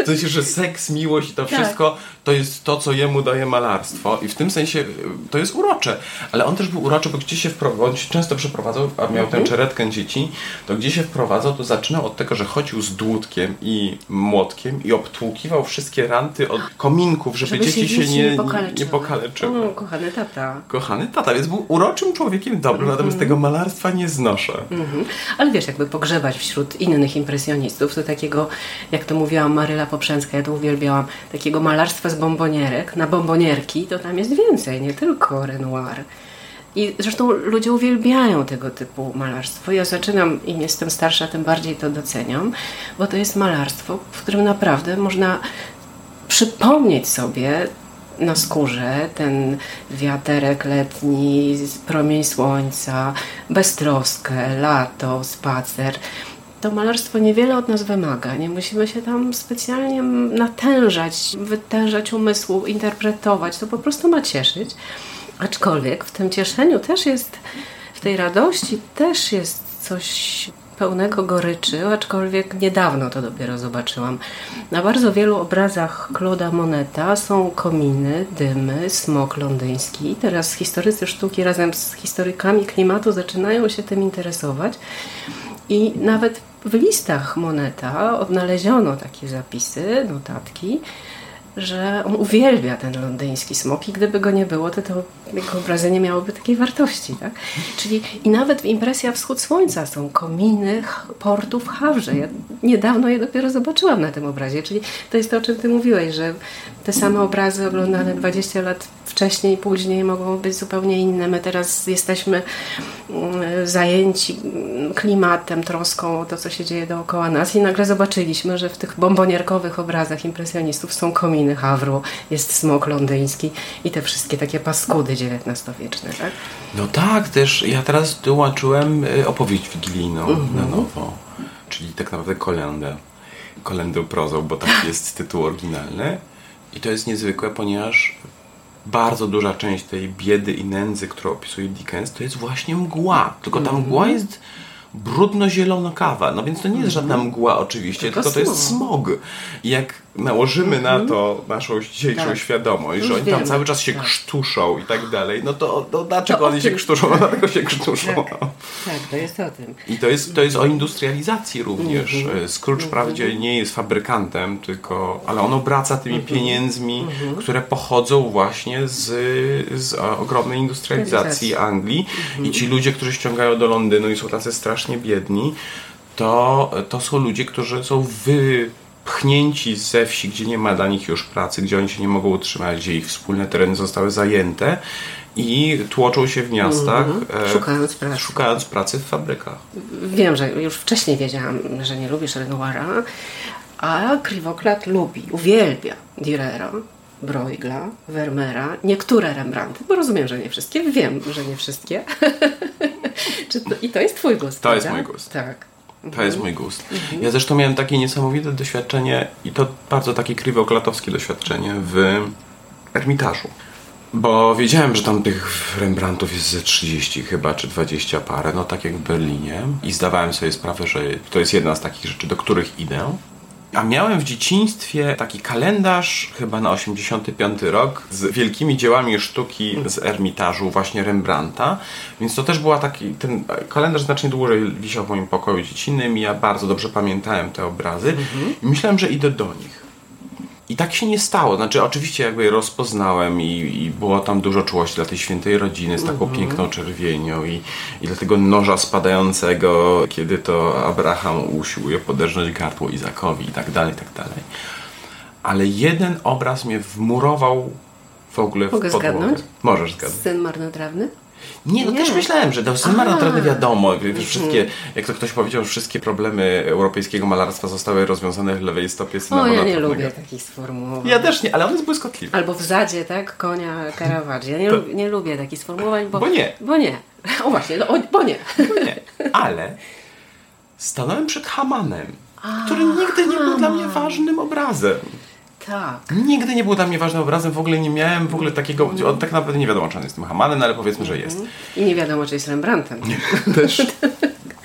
W sensie, że seks, miłość i to wszystko tak. to jest to, co jemu daje malarstwo i w tym sensie to jest urocze. Ale on też był uroczy, bo gdzie się wprowadzał, on się często przeprowadzał, a miał tę czeretkę dzieci, to gdzie się wprowadzał, to zaczynał od tego, że chodził z dłutkiem i młotkiem i obtłukiwał wszystkie ranty od kominków, żeby, żeby dzieci się, się nie, nie pokaleczyły. Nie pokaleczyły. O, kochany tata. Kochany tata, więc był uroczym człowiekiem dobrym, mm-hmm. natomiast tego malarstwa nie znoszę. Mm-hmm. Ale wiesz, jakby pogrzebać wśród innych impresjonistów, to takiego, jak to mówiła Maryla Poprzęcka, ja to uwielbiałam, takiego malarstwa z bombonierek na bombonierki, to tam jest więcej, nie tylko Renoir. I zresztą ludzie uwielbiają tego typu malarstwo. Ja zaczynam, im jestem starsza, tym bardziej to doceniam, bo to jest malarstwo, w którym naprawdę można przypomnieć sobie na skórze ten wiaterek letni, promień słońca, beztroskę, lato, spacer. To malarstwo niewiele od nas wymaga. Nie musimy się tam specjalnie natężać, wytężać umysłu, interpretować. To po prostu ma cieszyć. Aczkolwiek w tym cieszeniu też jest, w tej radości też jest coś pełnego goryczy, aczkolwiek niedawno to dopiero zobaczyłam. Na bardzo wielu obrazach Claude'a Moneta są kominy, dymy, smog londyński. Teraz historycy sztuki razem z historykami klimatu zaczynają się tym interesować. I nawet w listach Moneta odnaleziono takie zapisy, notatki, że on uwielbia ten londyński smog i gdyby go nie było, to, to jego obrazy nie miałoby takiej wartości. Tak? Czyli i nawet w Impresja Wschód Słońca są kominy portu w Hawrze. Ja niedawno je dopiero zobaczyłam na tym obrazie. Czyli to jest to, o czym ty mówiłeś, że te same obrazy oglądane dwadzieścia lat wcześniej, później mogą być zupełnie inne. My teraz jesteśmy zajęci klimatem, troską o to, co się dzieje dookoła nas i nagle zobaczyliśmy, że w tych bombonierkowych obrazach impresjonistów są kominy Hawru, jest smog londyński i te wszystkie takie paskudy dziewiętnastowieczne, tak? No tak, też ja teraz dołączyłem opowieść wigilijną mm-hmm. na nowo, czyli tak naprawdę kolendę. Kolendę prozą, bo taki jest tytuł oryginalny i to jest niezwykłe, ponieważ bardzo duża część tej biedy i nędzy, którą opisuje Dickens, to jest właśnie mgła. Tylko ta mgła jest brudno-zielona kawa. No więc to nie jest żadna mgła oczywiście, tylko, tylko to jest smog. I jak nałożymy na to naszą dzisiejszą tak. świadomość, że oni tam cały czas się tak. krztuszą i tak dalej, no to, to dlaczego to oni się krztuszą? No dlatego się krztuszą. Tak. tak, to jest o tym. I to jest, to jest o industrializacji również. Mm-hmm. Scrooge wprawdzie mm-hmm. nie jest fabrykantem, tylko, ale on obraca tymi mm-hmm. pieniędzmi, mm-hmm. które pochodzą właśnie z, z ogromnej industrializacji Anglii. Mm-hmm. I ci ludzie, którzy ściągają do Londynu i są tacy strasznie biedni, to, to są ludzie, którzy są wy pchnięci ze wsi, gdzie nie ma dla nich już pracy, gdzie oni się nie mogą utrzymać, gdzie ich wspólne tereny zostały zajęte i tłoczą się w miastach, mm-hmm. e, szukając pracy. szukając pracy w fabrykach. Wiem, że już wcześniej wiedziałam, że nie lubisz Renoira, a Krivoklat lubi, uwielbia Dürera, Bruegla, Vermeera, niektóre Rembrandty, bo rozumiem, że nie wszystkie, wiem, że nie wszystkie. Czy to, I to jest twój gust, To prawda? jest mój gust. Tak. To jest mój gust. Mhm. Ja zresztą miałem takie niesamowite doświadczenie i to bardzo takie krywoklatowskie doświadczenie w Ermitażu. Bo wiedziałem, że tam tych Rembrandtów jest ze trzydzieści chyba, czy dwadzieścia parę, no tak jak w Berlinie. I zdawałem sobie sprawę, że to jest jedna z takich rzeczy, do których idę. A miałem w dzieciństwie taki kalendarz, chyba na osiemdziesiąty piąty rok, z wielkimi dziełami sztuki z Ermitażu, właśnie Rembrandta. Więc to też była taki, ten kalendarz znacznie dłużej wisiał w moim pokoju dziecinnym i ja bardzo dobrze pamiętałem te obrazy. Mhm. I myślałem, że idę do nich. I tak się nie stało. Znaczy oczywiście jakby je rozpoznałem i, i było tam dużo czułości dla tej świętej rodziny z taką mm-hmm. piękną czerwienią i, i dla tego noża spadającego, kiedy to Abraham usiłuje poderżnąć gardło Izakowi i tak dalej, i tak dalej. Ale jeden obraz mnie wmurował w ogóle w Mogę podłogę. Zgadnąć? Możesz zgadnąć. Syn marnotrawny? Nie, no nie. też myślałem, że to syn marnotrawny wiadomo, wiesz, wszystkie, jak to ktoś powiedział, wszystkie problemy europejskiego malarstwa zostały rozwiązane w lewej stopie syna O, ja marnotrawnego. nie lubię takich sformułowań. Ja też nie, ale on jest błyskotliwy. Albo w zadzie, tak? Konia Caravaggi. Ja nie, to... lubię, nie lubię takich sformułowań, bo... Bo nie. Bo nie. O właśnie, no, o, bo nie. Bo nie. Ale stanąłem przed Hamanem, A, który nigdy nie był dla mnie ważnym obrazem. Tak. Nigdy nie był dla mnie ważnym obrazem, w ogóle nie miałem w ogóle takiego, mm. on tak naprawdę nie wiadomo, czy on jest tym Hamanem, ale powiedzmy, że jest. I nie wiadomo, czy jest Rembrandtem. Też.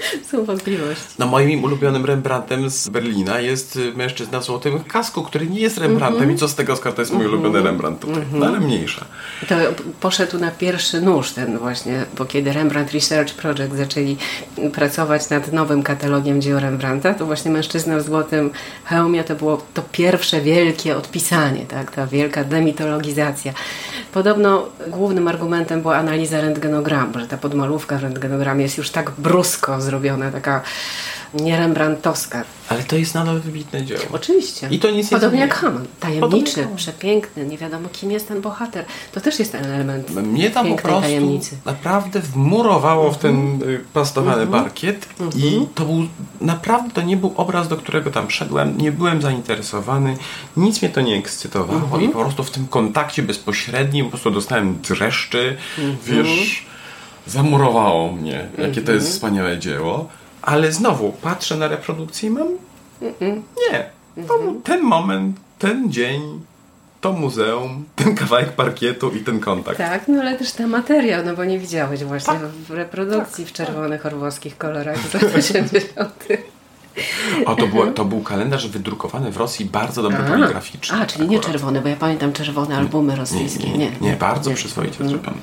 Są wątpliwości. No moim ulubionym Rembrandtem z Berlina jest mężczyzna w złotym kasku, który nie jest Rembrandtem mm-hmm. i co z tego, skoro to jest mój mm-hmm. ulubiony Rembrandt tutaj, mm-hmm. no ale mniejsza. To poszedł na pierwszy nóż ten właśnie, bo kiedy Rembrandt Research Project zaczęli pracować nad nowym katalogiem dzieł Rembrandta, to właśnie mężczyzna w złotym hełmie to było to pierwsze wielkie odpisanie, tak? Ta wielka demitologizacja. Podobno głównym argumentem była analiza rentgenogramu, że ta podmalówka w rentgenogramie jest już tak brusko zrobiona, taka nie rembrandtowska. Ale to jest nadal wybitne dzieło. Oczywiście. I to nic Podobnie nie jak Hamann. Tajemniczy, przepiękny, nie wiadomo kim jest ten bohater. To też jest ten element Mnie tam po prostu tajemnicy. naprawdę wmurowało mm-hmm. w ten pastowany mm-hmm. parkiet mm-hmm. i to był, naprawdę to nie był obraz, do którego tam szedłem, nie byłem zainteresowany, nic mnie to nie ekscytowało mm-hmm. i po prostu w tym kontakcie bezpośrednim po prostu dostałem dreszczy, mm-hmm. wiesz, zamurowało mnie, jakie mm-hmm. to jest wspaniałe dzieło. Ale znowu, patrzę na reprodukcję i mam... Mm-mm. Nie. To był ten moment, ten dzień, to muzeum, ten kawałek parkietu i ten kontakt. Tak, no ale też ten materiał, no bo nie widziałeś właśnie tak. w reprodukcji tak, w czerwonych tak. orwowskich kolorach z lat osiemdziesiątych. O, to, było, to był kalendarz wydrukowany w Rosji, bardzo dobrze a, poligraficzny. A, czyli akurat. Nie czerwony, bo ja pamiętam czerwone albumy rosyjskie. Nie, nie, nie, nie bardzo nie. przyzwoicie mm. zrobione.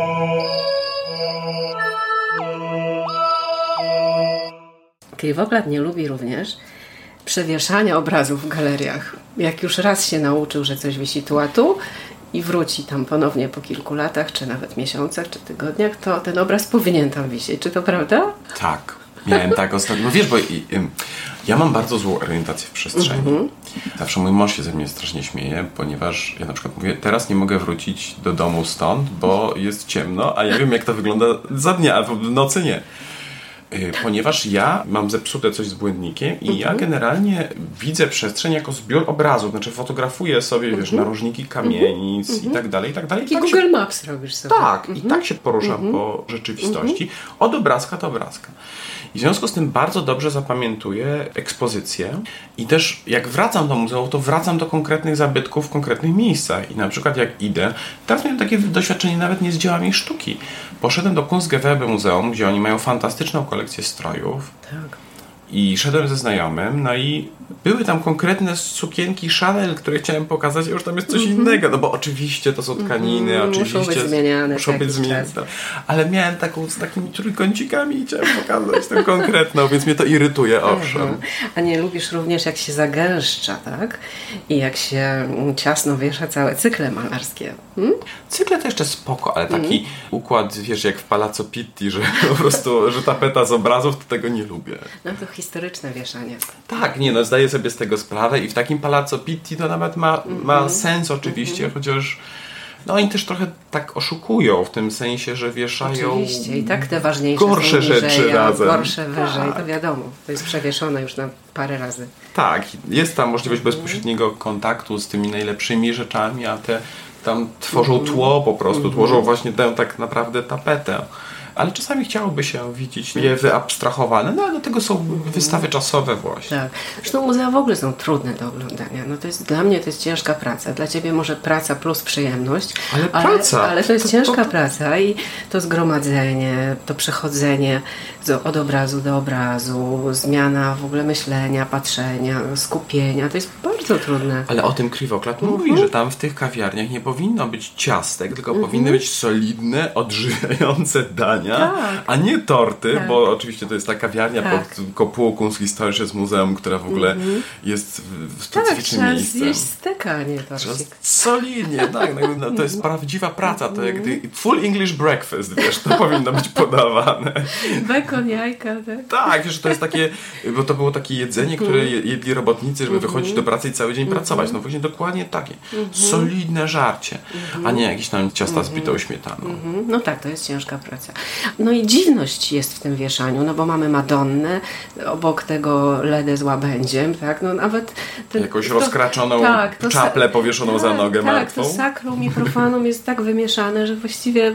Kriwoplat nie lubi również przewieszania obrazów w galeriach. Jak już raz się nauczył, że coś wisi tu a tu i wróci tam ponownie po kilku latach, czy nawet miesiącach, czy tygodniach, to ten obraz powinien tam wisieć. Czy to prawda? Tak. Miałem tak ostatnio. No wiesz, bo i, i, ja mam bardzo złą orientację w przestrzeni. Mm-hmm. Zawsze mój mąż się ze mnie strasznie śmieje, ponieważ ja na przykład mówię, teraz nie mogę wrócić do domu stąd, bo jest ciemno, a ja wiem, jak to wygląda za dnia, a w nocy nie. Ponieważ ja mam zepsute coś z błędnikiem i mm-hmm. ja generalnie widzę przestrzeń jako zbiór obrazów, znaczy fotografuję sobie, mm-hmm. wiesz, narożniki kamienic mm-hmm. i tak dalej, i tak dalej. Taki tak Google się, Maps robisz sobie. Tak, mm-hmm. i tak się poruszam mm-hmm. po rzeczywistości, mm-hmm. od obrazka do obrazka. I w związku z tym bardzo dobrze zapamiętuję ekspozycję i też jak wracam do muzeum, to wracam do konkretnych zabytków w konkretnych miejscach. I na przykład jak idę, teraz miałem takie doświadczenie nawet nie z dziełami sztuki. Poszedłem do Kunstgewerbe Muzeum, gdzie oni mają fantastyczną kolekcję strojów. Tak. I szedłem ze znajomym, no i były tam konkretne sukienki Chanel, które chciałem pokazać, a już tam jest coś mm-hmm. innego, no bo oczywiście to są tkaniny, mm-hmm. oczywiście muszą być zmieniane, muszą być zmieniane, ale miałem taką z takimi trójkącikami i chciałem pokazać tę konkretną, więc mnie to irytuje, owszem. Mm-hmm. A nie lubisz również, jak się zagęszcza, tak? I jak się ciasno wiesza całe cykle malarskie. Hmm? Cykle to jeszcze spoko, ale taki mm. układ, wiesz, jak w Palazzo Pitti, że po prostu, że tapeta z obrazów, to tego nie lubię. No to historyczne wieszanie. Tak, nie no, zdaję sobie z tego sprawę i w takim Palazzo Pitti to nawet ma, mm-hmm. ma sens oczywiście, mm-hmm. chociaż no oni też trochę tak oszukują w tym sensie, że wieszają oczywiście i tak te ważniejsze gorsze są niżej, rzeczy razem. Gorsze wyżej, tak. To wiadomo. To jest przewieszone już na parę razy. Tak, jest tam możliwość bezpośredniego kontaktu z tymi najlepszymi rzeczami, a te tam tworzą tło po prostu, mm-hmm. tworzą właśnie tę tak naprawdę tapetę. Ale czasami chciałoby się widzieć je wyabstrahowane, no ale do tego są wystawy czasowe właśnie. Tak. Zresztą muzea w ogóle są trudne do oglądania. No to jest, dla mnie to jest ciężka praca. Dla Ciebie może praca plus przyjemność. Ale, ale praca. Ale to jest to, ciężka to, to... praca i to zgromadzenie, to przechodzenie z, od obrazu do obrazu, zmiana w ogóle myślenia, patrzenia, skupienia. To jest bardzo trudne. Ale o tym Kriwoplat mm-hmm. mówi, że tam w tych kawiarniach nie powinno być ciastek, tylko mm-hmm. powinny być solidne, odżywiające dania. Tak. A nie torty, tak. bo oczywiście to jest ta kawiarnia tak. pod kopułą Kunsthistorisches Muzeum, która w ogóle mm-hmm. jest w specyficznym tak, miejscu. Tak, zjeść steka, nie torcik. Solidnie, tak. No, to jest prawdziwa praca. To jak gdy full English breakfast, wiesz, to powinno być podawane. Bekon, jajka, tak? Tak, wiesz, to jest takie, bo to było takie jedzenie, które jedli robotnicy, żeby mm-hmm. wychodzić do pracy i cały dzień mm-hmm. pracować. No właśnie dokładnie takie. Mm-hmm. Solidne żarcie, mm-hmm. a nie jakieś tam ciasta mm-hmm. z bitą śmietaną. Mm-hmm. No tak, to jest ciężka praca. No i dziwność jest w tym wieszaniu, no bo mamy Madonnę, obok tego Ledę z łabędziem, tak, no nawet... Ten, Jakąś to, rozkraczoną tak, to czaplę sa- powieszoną tak, za nogę tak, martwą. Tak, to sakrum i profanum jest tak wymieszane, że właściwie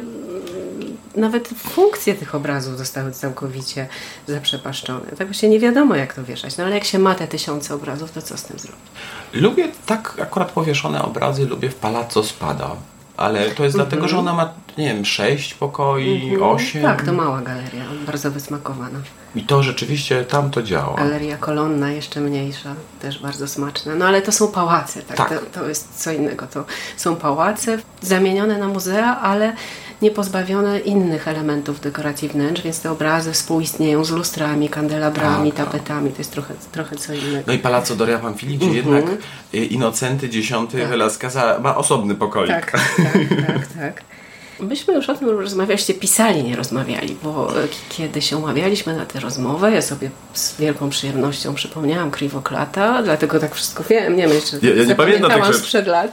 nawet funkcje tych obrazów zostały całkowicie zaprzepaszczone. Tak właśnie nie wiadomo, jak to wieszać. No ale jak się ma te tysiące obrazów, to co z tym zrobić? Lubię tak akurat powieszone obrazy, lubię w Palazzo Spada. Ale to jest mm-hmm. dlatego, że ona ma, nie wiem, sześć pokoi, mm-hmm. osiem. Tak, to mała galeria, bardzo wysmakowana. I to rzeczywiście tam to działa. Galeria Kolonna jeszcze mniejsza, też bardzo smaczna. No ale to są pałace, tak? tak. To, to jest co innego. To są pałace zamienione na muzea, ale nie pozbawione innych elementów dekoracji wnętrz, więc te obrazy współistnieją z lustrami, kandelabrami, tak, tapetami. To jest trochę, trochę co innego. No i Palazzo Doria Pamphili, gdzie mm-hmm. jednak Innocenty Dziesiąty tak. Velasqueza ma osobny pokoik. Tak, tak, tak, tak. Myśmy już o tym rozmawialiście, pisali, nie rozmawiali, bo kiedy się umawialiśmy na tę rozmowę, ja sobie z wielką przyjemnością przypomniałam Krivoklata, dlatego tak wszystko wiem, nie myślę, że ja, ja nie pamiętam tych rzeczy sprzed lat.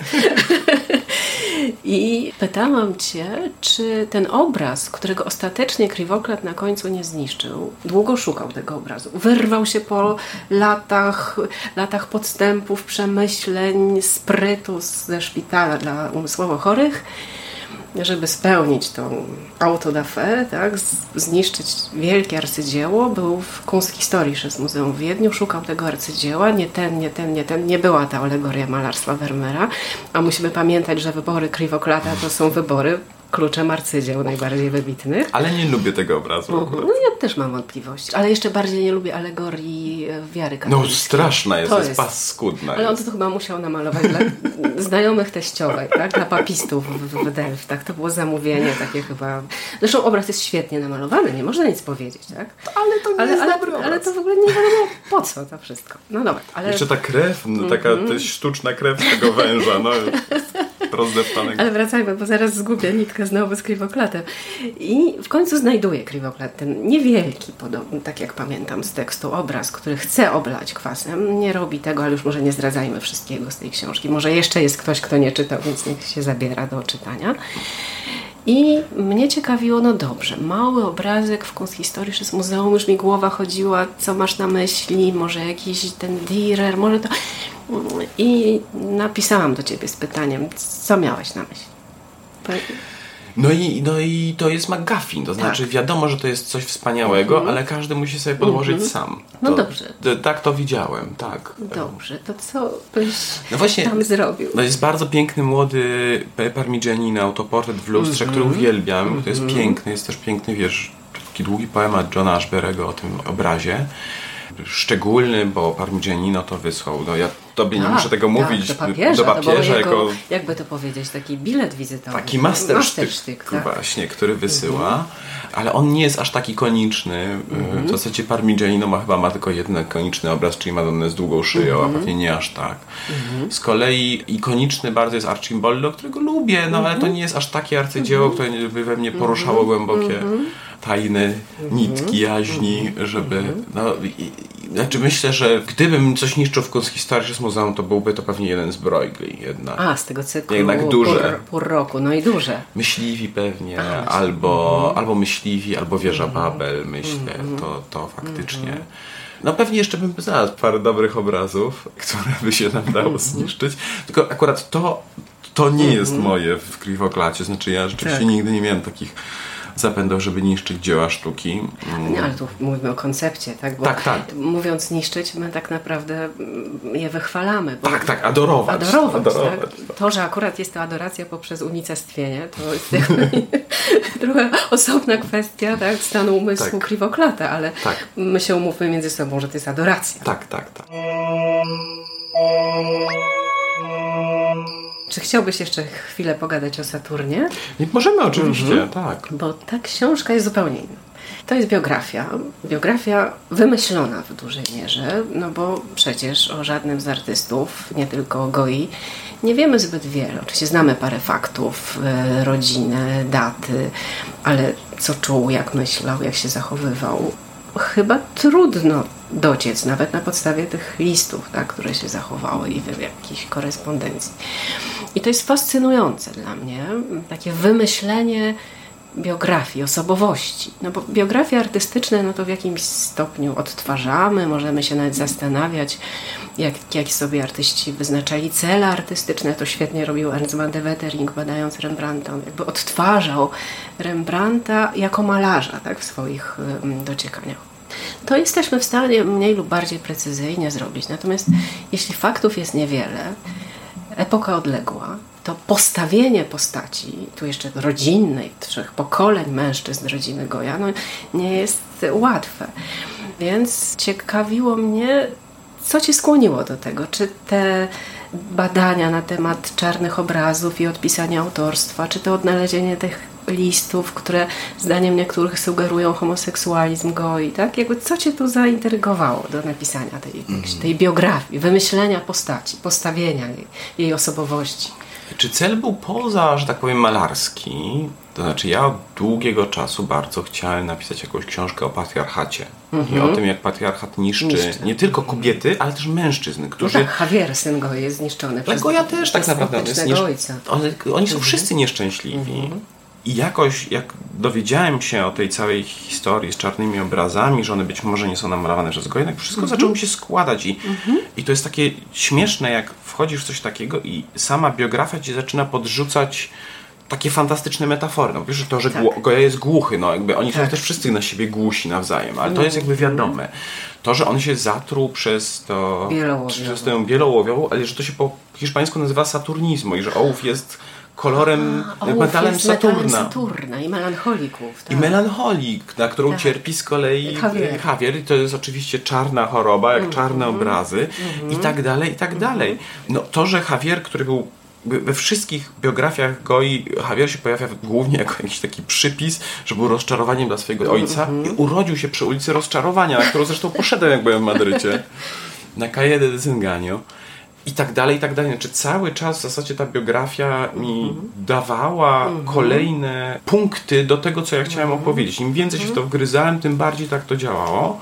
I pytałam Cię, czy ten obraz, którego ostatecznie Krivoklat na końcu nie zniszczył, długo szukał tego obrazu. Wyrwał się po latach, latach podstępów, przemyśleń, sprytu ze szpitala dla umysłowo chorych, żeby spełnić tą auto da fe, tak, zniszczyć wielkie arcydzieło. Był w Kunsthistorisches Muzeum w Wiedniu, szukał tego arcydzieła, nie ten, nie ten, nie ten, nie była ta alegoria malarstwa Vermeera, a musimy pamiętać, że wybory Krivoklata to są wybory kluczem arcydzieł najbardziej wybitnych. Ale nie lubię tego obrazu. Uh-huh. No ja też mam wątpliwości, ale jeszcze bardziej nie lubię alegorii wiary katolickiej. No straszna jest, to jest, jest paskudna. Ale on jest. to chyba musiał namalować dla znajomych teściowej, tak? Dla papistów w, w Delftach. To było zamówienie takie chyba... Zresztą obraz jest świetnie namalowany, nie można nic powiedzieć, tak? Ale to nie ale, jest ale, dobry ale, obraz. ale to w ogóle nie wiadomo po co to wszystko. No dobra, ale... Jeszcze ta krew, no, taka mm-hmm. to jest sztuczna krew tego węża, no rozdeptanego. Ale wracajmy, bo zaraz zgubię nitkę znowu z Krivoklatem. I w końcu znajduje Krivoklat ten niewielki, podobny, tak jak pamiętam z tekstu, obraz, który chce oblać kwasem. Nie robi tego, ale już może nie zdradzajmy wszystkiego z tej książki. Może jeszcze jest ktoś, kto nie czytał, więc niech się zabiera do czytania. I mnie ciekawiło, no dobrze, mały obrazek w Kunsthistorisches Muzeum, już mi głowa chodziła, co masz na myśli, może jakiś ten Dürer, może to... I napisałam do Ciebie z pytaniem, co miałaś na myśli? No i, no i to jest McGuffin, to znaczy tak. wiadomo, że to jest coś wspaniałego, mm-hmm. ale każdy musi sobie podłożyć mm-hmm. sam. No to, dobrze. To, tak to widziałem, tak. Dobrze, to co byś no właśnie, tam zrobił? No jest bardzo piękny, młody Parmigianino, autoportret w lustrze, mm-hmm. który uwielbiam. Mm-hmm. To jest piękny, jest też piękny, wiesz, taki długi poemat Johna Ashbery'ego o tym obrazie. Szczególny, bo Parmigianino to wysłał. No ja tobie nie tak, muszę tego tak, mówić. Do papieża, do papieża to jako, jako, jakby to powiedzieć, taki bilet wizytowy. Taki mastersztyk, mastersztyk tak? właśnie, który wysyła. Mhm. Ale on nie jest aż taki ikoniczny. Mhm. W zasadzie Parmigianino ma chyba ma tylko jeden ikoniczny obraz, czyli Madonnę z długą szyją, mhm. a pewnie nie aż tak. Mhm. Z kolei ikoniczny bardzo jest Arcimboldo, którego lubię, no mhm. ale to nie jest aż takie arcydzieło, mhm. które by we mnie poruszało mhm. głębokie mhm. tajne nitki jaźni, żeby... No, i, i, znaczy myślę, że gdybym coś niszczył w Kunsthistorisches Muzeum, to byłby to pewnie jeden z Bruegeli jednak. A, z tego cyklu jednak duże. Pół, pół roku, no i duże. Myśliwi pewnie, A, albo, mm. albo Myśliwi, albo Wieża Babel, myślę, mm. to, to faktycznie. Mm. No pewnie jeszcze bym znalazł parę dobrych obrazów, które by się nam dało zniszczyć, tylko akurat to, to nie mm. jest moje w Krivoklacie, znaczy ja rzeczywiście tak. nigdy nie miałem takich zapędów, żeby niszczyć dzieła sztuki. Nie, ale tu mówimy o koncepcie, tak? Bo tak, tak. mówiąc niszczyć, my tak naprawdę je wychwalamy. Bo tak, tak, adorować. Adorować, adorować tak? To, że akurat jest to adoracja poprzez unicestwienie, to jest jakby trochę osobna kwestia, tak? Stanu umysłu tak. Krivoklata, ale tak. my się umówmy między sobą, że to jest adoracja. Tak, tak, tak. Czy chciałbyś jeszcze chwilę pogadać o Saturnie? Możemy oczywiście, mhm. tak. Bo ta książka jest zupełnie inna. To jest biografia. Biografia wymyślona w dużej mierze, no bo przecież o żadnym z artystów, nie tylko o Goi, nie wiemy zbyt wiele. Oczywiście znamy parę faktów, rodzinę, daty, ale co czuł, jak myślał, jak się zachowywał. Chyba trudno dociec, nawet na podstawie tych listów, tak, które się zachowały i w jakiejś korespondencji. I to jest fascynujące dla mnie, takie wymyślenie biografii, osobowości. No bo biografie artystyczne, no to w jakimś stopniu odtwarzamy, możemy się nawet zastanawiać, jak, jak sobie artyści wyznaczali cele artystyczne. To świetnie robił Ernst van de Wetering, badając Rembrandta. On jakby odtwarzał Rembrandta jako malarza, tak, w swoich um, dociekaniach. To jesteśmy w stanie mniej lub bardziej precyzyjnie zrobić. Natomiast jeśli faktów jest niewiele, epoka odległa, to postawienie postaci, tu jeszcze rodzinnej, trzech pokoleń mężczyzn rodziny Goya, no nie jest łatwe. Więc ciekawiło mnie, co Cię skłoniło do tego? Czy te badania na temat czarnych obrazów i odpisania autorstwa, czy to odnalezienie tych listów, które zdaniem niektórych sugerują homoseksualizm Goi, tak? Jakby co Cię tu zaintrygowało do napisania tej, tej biografii, wymyślenia postaci, postawienia jej, jej osobowości? Czy cel był poza, że tak powiem, malarski? To znaczy ja od długiego czasu bardzo chciałem napisać jakąś książkę o patriarchacie. Mhm. I o tym, jak patriarchat niszczy, niszczy nie tylko kobiety, ale też mężczyzn, którzy... No tak, Javier, syn Goi, jest zniszczony przez Goya też tak naprawdę jest niesz... ojca. Oni, oni są mhm. wszyscy nieszczęśliwi. Mhm. I jakoś, jak dowiedziałem się o tej całej historii z czarnymi obrazami, że one być może nie są namalowane przez Goya, wszystko mhm. zaczęło mi się składać. I, mhm. I to jest takie śmieszne, jak wchodzisz w coś takiego i sama biografia ci zaczyna podrzucać takie fantastyczne metafory. No wiesz, że to, że tak. Goya jest głuchy, no jakby oni tak. są też wszyscy na siebie głusi nawzajem, ale to jest jakby wiadome. To, że on się zatruł przez to... przez tę wielołowiową, ale że to się po hiszpańsku nazywa saturnizmo i że ołów jest kolorem, A, metalem jest Saturna. Metalem Saturna i melancholików. Tak. I melancholik, na którą tak. cierpi z kolei Javier. Javier. I to jest oczywiście czarna choroba, jak mm-hmm. czarne obrazy mm-hmm. i tak dalej, i tak dalej. No to, że Javier, który był we wszystkich biografiach Goi, Javier się pojawia głównie jako jakiś taki przypis, że był rozczarowaniem dla swojego ojca mm-hmm. i urodził się przy ulicy Rozczarowania, na którą zresztą poszedłem, jak byłem w Madrycie, na Calle de Desengaño. I tak dalej, i tak dalej. Znaczy cały czas w zasadzie ta biografia mi mm-hmm. dawała mm-hmm. kolejne punkty do tego, co ja chciałem mm-hmm. opowiedzieć. Im więcej mm-hmm. się w to wgryzałem, tym bardziej tak to działało.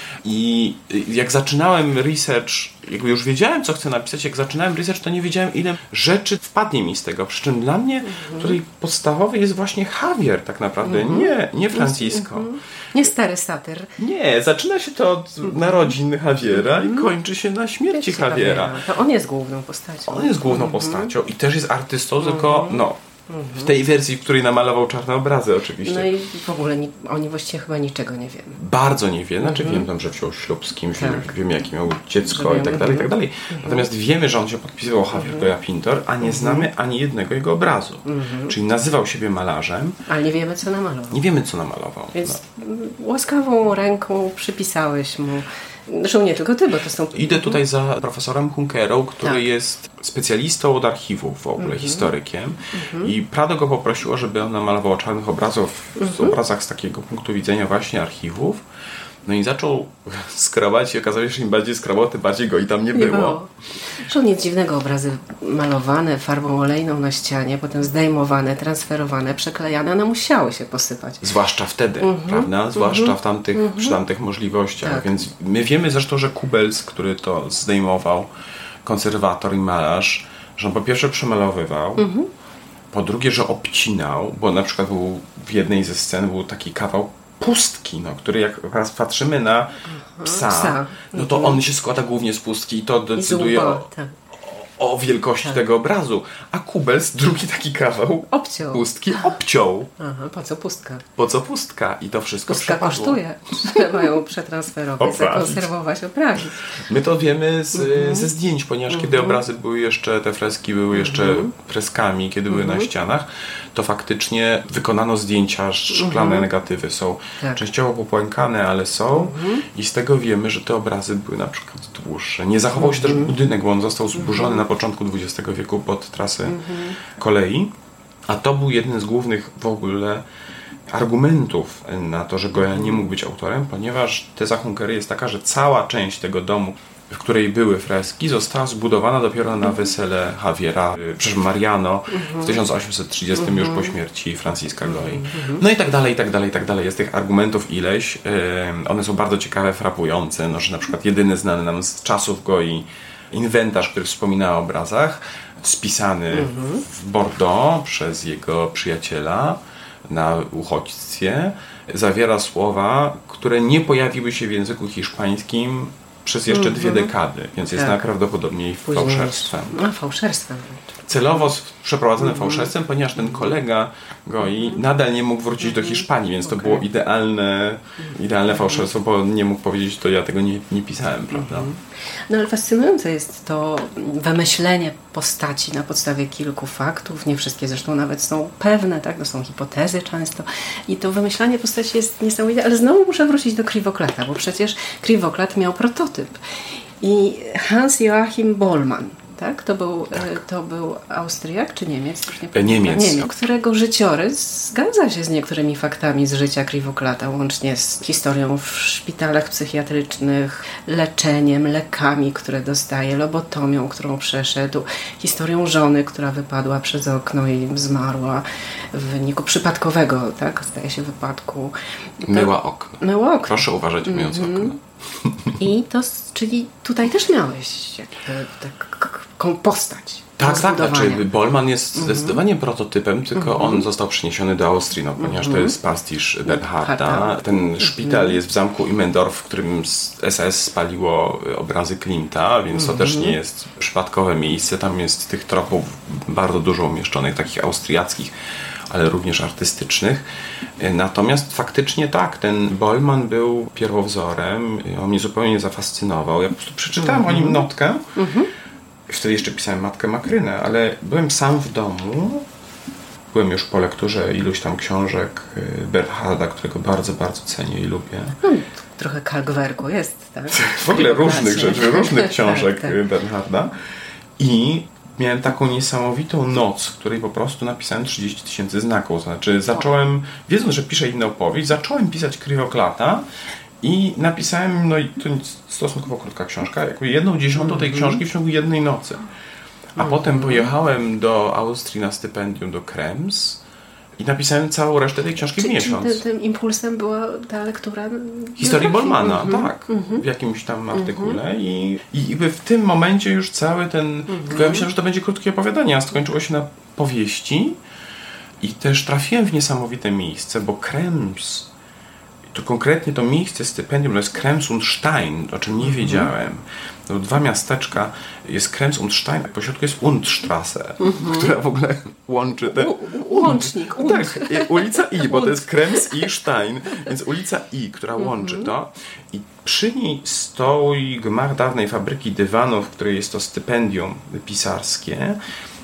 I jak zaczynałem research, jakby już wiedziałem, co chcę napisać, jak zaczynałem research, to nie wiedziałem, ile rzeczy wpadnie mi z tego. Przy czym dla mnie mm-hmm. tutaj podstawowy jest właśnie Javier tak naprawdę, mm-hmm. nie, nie Francisco. Mm-hmm. Nie stary satyr. Nie, zaczyna się to od mm-hmm. narodzin Javiera mm-hmm. i kończy się na śmierci Javiera. Javiera. To on jest główną postacią. On jest główną mm-hmm. postacią i też jest artystą, mm-hmm. tylko no... W tej wersji, w której namalował czarne obrazy oczywiście. No i w ogóle ni- oni właściwie chyba niczego nie wiemy. Bardzo nie wiemy. Znaczy mm-hmm. wiem tam, że wziął ślub z kimś, tak. wiem jakie miał dziecko wiemy. i tak dalej, i tak dalej. Mm-hmm. Natomiast wiemy, że on się podpisywał Javier Goya Pintor, a nie mm-hmm. znamy ani jednego jego obrazu. Mm-hmm. Czyli nazywał siebie malarzem. Ale nie wiemy, co namalował. Nie wiemy, co namalował. Więc no. łaskawą ręką przypisałeś mu. Zresztą nie tylko ty, bo to są... Idę tutaj za profesorem Junquerą, który tak. jest specjalistą od archiwów w ogóle, mm-hmm. historykiem. Mm-hmm. I Prado go poprosiło, żeby on namalował czarnych obrazów, mm-hmm. z obrazach z takiego punktu widzenia właśnie archiwów. No i zaczął skrobać i okazało się, że im bardziej skrobał, tym bardziej go i tam nie, nie było. było. Zresztą nic dziwnego, obrazy malowane farbą olejną na ścianie, potem zdejmowane, transferowane, przeklejane, one musiały się posypać. Zwłaszcza wtedy, mm-hmm. prawda? Zwłaszcza mm-hmm. w tamtych, mm-hmm. przy tamtych możliwościach. Tak. Więc my wiemy zresztą, że Kubels, który to zdejmował, konserwator i malarz, że on po pierwsze przemalowywał, mm-hmm. po drugie, że obcinał, bo na przykład był w jednej ze scen był taki kawał pustki, no, który jak raz patrzymy na psa, psa. no to on się składa głównie z pustki i to decyduje I o, tak. o wielkości tak. tego obrazu. A Kubels drugi taki kawał obciął. pustki obciął. Aha, po co pustka? Po co pustka? I to wszystko pustka przepadło. kosztuje. Trzeba ją przetransferować, zakonserwować, oprawić. My to wiemy z, mm-hmm. ze zdjęć, ponieważ mm-hmm. kiedy obrazy były jeszcze, te freski były jeszcze mm-hmm. freskami, kiedy mm-hmm. były na ścianach, to faktycznie wykonano zdjęcia, szklane mm-hmm. negatywy są tak. częściowo popłakane, ale są mm-hmm. i z tego wiemy, że te obrazy były na przykład dłuższe. Nie zachował mm-hmm. się też budynek, bo on został zburzony mm-hmm. na początku dwudziestego wieku pod trasę mm-hmm. kolei, a to był jeden z głównych w ogóle argumentów na to, że Goya nie mógł być autorem, ponieważ teza Junquery jest taka, że cała część tego domu, w której były freski, została zbudowana dopiero na wesele Javiera, przepraszam, Mariano w tysiąc osiemset trzydziestym już po śmierci Francisca Goi. No i tak dalej, i tak dalej, i tak dalej. Jest tych argumentów ileś. One są bardzo ciekawe, frapujące, no, że na przykład jedyny znany nam z czasów Goi inwentarz, który wspomina o obrazach, spisany w Bordeaux przez jego przyjaciela na uchodźstwie, zawiera słowa, które nie pojawiły się w języku hiszpańskim przez jeszcze mm-hmm. dwie dekady, więc jest tak. najprawdopodobniej fałszerstwem. No, fałszerstwem. Celowo przeprowadzone mm-hmm. fałszerstwem, ponieważ ten mm-hmm. kolega Goi nadal nie mógł wrócić mm-hmm. do Hiszpanii, więc to okay. było idealne, idealne fałszerstwo, bo nie mógł powiedzieć, to ja tego nie, nie pisałem, prawda? Mm-hmm. No ale fascynujące jest to wymyślenie postaci na podstawie kilku faktów, nie wszystkie zresztą nawet są pewne, tak? To są hipotezy często i to wymyślanie postaci jest niesamowite, ale znowu muszę wrócić do Kriwoklata, bo przecież Kriwoklat miał prototyp i Hans Joachim Bollmann, tak? To był, tak. to był Austriak czy Niemiec? Już nie Niemiec. Niemiec, którego życiorys zgadza się z niektórymi faktami z życia Kriwoklata, łącznie z historią w szpitalach psychiatrycznych, leczeniem, lekami, które dostaje, lobotomią, którą przeszedł, historią żony, która wypadła przez okno i zmarła w wyniku przypadkowego, tak? Zdaje się, wypadku. To... Myła okno. Myła okno. Proszę uważać, myjąc mm-hmm. okno. I to, czyli tutaj też miałeś jakby taką postać. Tak, tak, znaczy Bollmann jest mm-hmm. zdecydowanie prototypem, tylko mm-hmm. on został przeniesiony do Austrii, no, ponieważ mm-hmm. to jest pastisz Bernharda. Ten szpital mm-hmm. jest w zamku Immendorf, w którym S S spaliło obrazy Klimta, więc mm-hmm. to też nie jest przypadkowe miejsce. Tam jest tych tropów bardzo dużo umieszczonych, takich austriackich, ale również artystycznych. Natomiast faktycznie tak, ten Bollmann był pierwowzorem, on mnie zupełnie zafascynował. Ja po prostu przeczytałem mm-hmm. o nim notkę. Mm-hmm. Wtedy jeszcze pisałem Matkę Makrynę, ale byłem sam w domu. Byłem już po lekturze iluś tam książek Bernharda, którego bardzo, bardzo cenię i lubię. Hmm, trochę kalkwerku jest, tak? W ogóle różnych rzeczy, różnych książek tak, tak. Bernharda. I miałem taką niesamowitą noc, w której po prostu napisałem trzydzieści tysięcy znaków. Znaczy zacząłem, wiedząc, że piszę inną opowieść, zacząłem pisać Kriwoklata i napisałem, no i to stosunkowo krótka książka, jakby jedną dziesiątą tej książki w ciągu jednej nocy. A mm-hmm. potem pojechałem do Austrii na stypendium do Krems i napisałem całą resztę tej książki czy, w miesiąc. Czy tym, tym impulsem była ta lektura? Historii Bollmana, mm-hmm. tak. Mm-hmm. W jakimś tam artykule. Mm-hmm. I, I jakby w tym momencie już cały ten... Mm-hmm. Tylko ja myślałem, że to będzie krótkie opowiadanie, a skończyło się na powieści. I też trafiłem w niesamowite miejsce, bo Krems, to konkretnie to miejsce stypendium, to jest Krems und Stein, o czym nie mm-hmm. wiedziałem. To dwa miasteczka, jest Krems und Stein, a pośrodku jest Undstrasse, mm-hmm. która w ogóle łączy te... U, łącznik. Und. Tak, ulica I, bo to jest Krems i Stein, więc ulica I, która mm-hmm. łączy to. I przy niej stoi gmach dawnej fabryki dywanów, w której jest to stypendium pisarskie.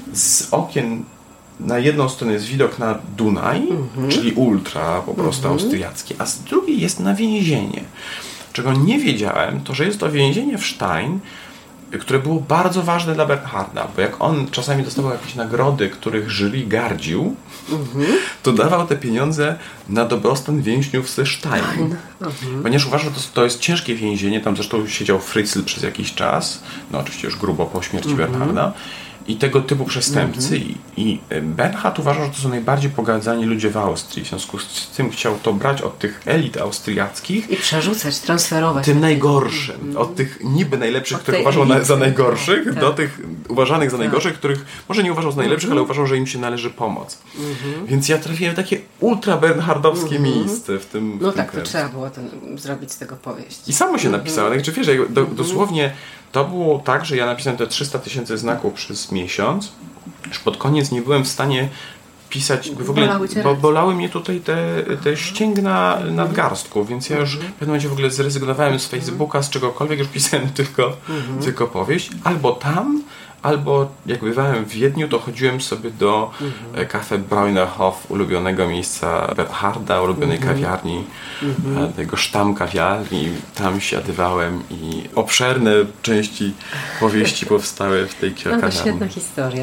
Z okien na jedną stronę jest widok na Dunaj, mm-hmm. czyli ultra po prostu mm-hmm. austriackie, a z drugiej jest na więzienie. Czego nie wiedziałem, to że jest to więzienie w Stein, które było bardzo ważne dla Bernharda, bo jak on czasami dostawał jakieś nagrody, których jury gardził, mm-hmm. to dawał te pieniądze na dobrostan więźniów ze Stein. Mm-hmm. Ponieważ uważał, że to, to jest ciężkie więzienie, tam zresztą siedział Fritzl przez jakiś czas, no oczywiście już grubo po śmierci mm-hmm. Bernharda, i tego typu przestępcy. Mm-hmm. I, I Bernhard uważał, że to są najbardziej pogadzani ludzie w Austrii. W związku z tym chciał to brać od tych elit austriackich. I przerzucać, transferować. Tym najgorszym. Mm-hmm. Od tych niby najlepszych, których uważał na, za najgorszych, tak. do tych uważanych za najgorszych, tak. których może nie uważał za najlepszych, mm-hmm. ale uważał, że im się należy pomoc. Mm-hmm. Więc ja trafiłem w takie ultra bernhardowskie mm-hmm. miejsce w tym No w tym tak, kręgu. To trzeba było ten, zrobić z tego powieść. I samo się mm-hmm. napisało. Znaczy, wiesz, do, dosłownie to było tak, że ja napisałem te trzysta tysięcy znaków przez miesiąc. Już pod koniec nie byłem w stanie pisać, w ogóle, bolały bo bolały mnie tutaj te, te ścięgna nadgarstków, więc ja już w pewnym momencie w ogóle zrezygnowałem z Facebooka, z czegokolwiek, już pisałem tylko, mhm. tylko powieść. Albo tam, albo jak bywałem w Wiedniu, to chodziłem sobie do mhm. Café Bräunerhof, ulubionego miejsca Bernharda, ulubionej mhm. kawiarni, mhm. tego sztam kawiarni. Tam siadywałem i obszerne części powieści powstały w tej kawiarni. No to świetna historia.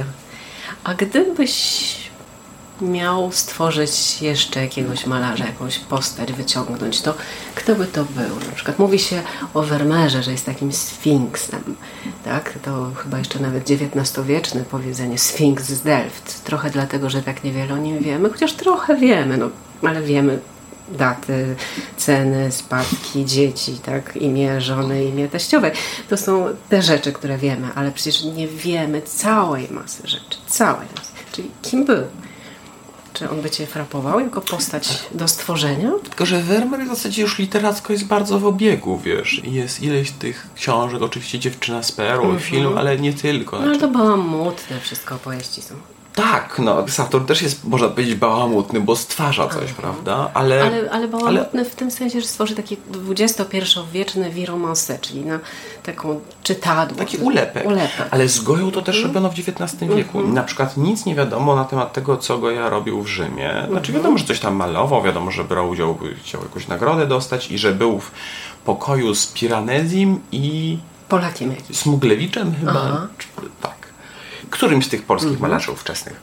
A gdybyś miał stworzyć jeszcze jakiegoś malarza, jakąś postać wyciągnąć, to kto by to był? Na przykład mówi się o Vermeerze, że jest takim sfinksem, tak? To chyba jeszcze nawet dziewiętnastowieczne powiedzenie Sfinks z Delft. Trochę dlatego, że tak niewiele o nim wiemy, chociaż trochę wiemy, no, ale wiemy daty, ceny, spadki, dzieci, tak? Imię żony, imię teściowej. To są te rzeczy, które wiemy, ale przecież nie wiemy całej masy rzeczy. Całej masy. Czyli kim był? Czy on by cię frapował jako postać do stworzenia? Tylko, że Vermeer w zasadzie już literacko jest bardzo w obiegu, wiesz. Jest ileś tych książek, oczywiście Dziewczyna z Peru, mm-hmm. film, ale nie tylko. No ale to bałamutne wszystko opowieści są. Tak, no Saturn też jest, można powiedzieć, bałamutny, bo stwarza coś, Aha. prawda? Ale, ale, ale bałamutny ale... w tym sensie, że stworzy taki dwudziestopierwowieczny viromance, czyli na taką czytadło. Taki ulepek. ulepek. Ale z Goją to też mm. robiono w dziewiętnastym wieku. Mm-hmm. Na przykład nic nie wiadomo na temat tego, co Goya robił w Rzymie. Znaczy mm-hmm. wiadomo, że coś tam malował, wiadomo, że brał udział, chciał jakąś nagrodę dostać i że był w pokoju z Piranezim i... Polakiem jakimś. Smuglewiczem chyba. Aha. Tak. Którymś z tych polskich mhm. malarzy ówczesnych.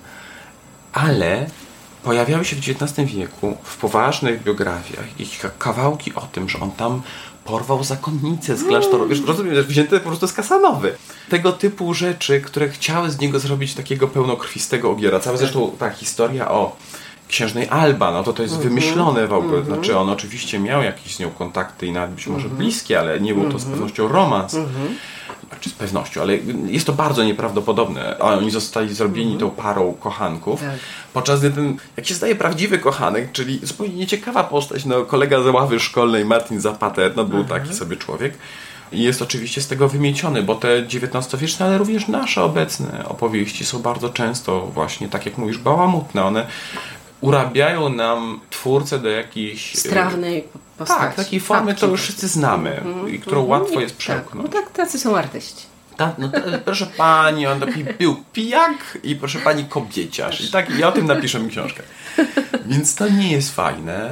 Ale pojawiały się w dziewiętnastym wieku w poważnych biografiach jakieś kawałki o tym, że on tam porwał zakonnicę z klasztoru. Wiesz, rozumiem, że wzięte po prostu z Kasanowy. Tego typu rzeczy, które chciały z niego zrobić takiego pełnokrwistego ogiera. Cała zresztą ta historia o księżnej Alba, no to to jest mm-hmm. wymyślone w ogóle. Mm-hmm. Znaczy on oczywiście miał jakieś z nią kontakty i nawet być może mm-hmm. bliskie, ale nie był to z pewnością romans. Mm-hmm. Znaczy z pewnością, ale jest to bardzo nieprawdopodobne. A oni zostali zrobieni mm-hmm. tą parą kochanków. Tak. Podczas gdy ten, jak się zdaje, prawdziwy kochanek, czyli zupełnie nieciekawa postać, no kolega z ławy szkolnej, Martin Zapater, no był mm-hmm. taki sobie człowiek. I jest oczywiście z tego wymieciony, bo te dziewiętnastowieczne, ale również nasze obecne opowieści są bardzo często właśnie, tak jak mówisz, bałamutne. One urabiają nam twórcę do jakiejś... Strawnej postaci. Tak, takiej formy, którą już wszyscy znamy mm-hmm. i którą mm-hmm. łatwo jest przełknąć. Tak, no tak, tacy są artyści. Ta, no to, proszę pani, on taki był pijak i proszę pani kobieciarz. I tak ja o tym napiszę mi książkę. Więc to nie jest fajne.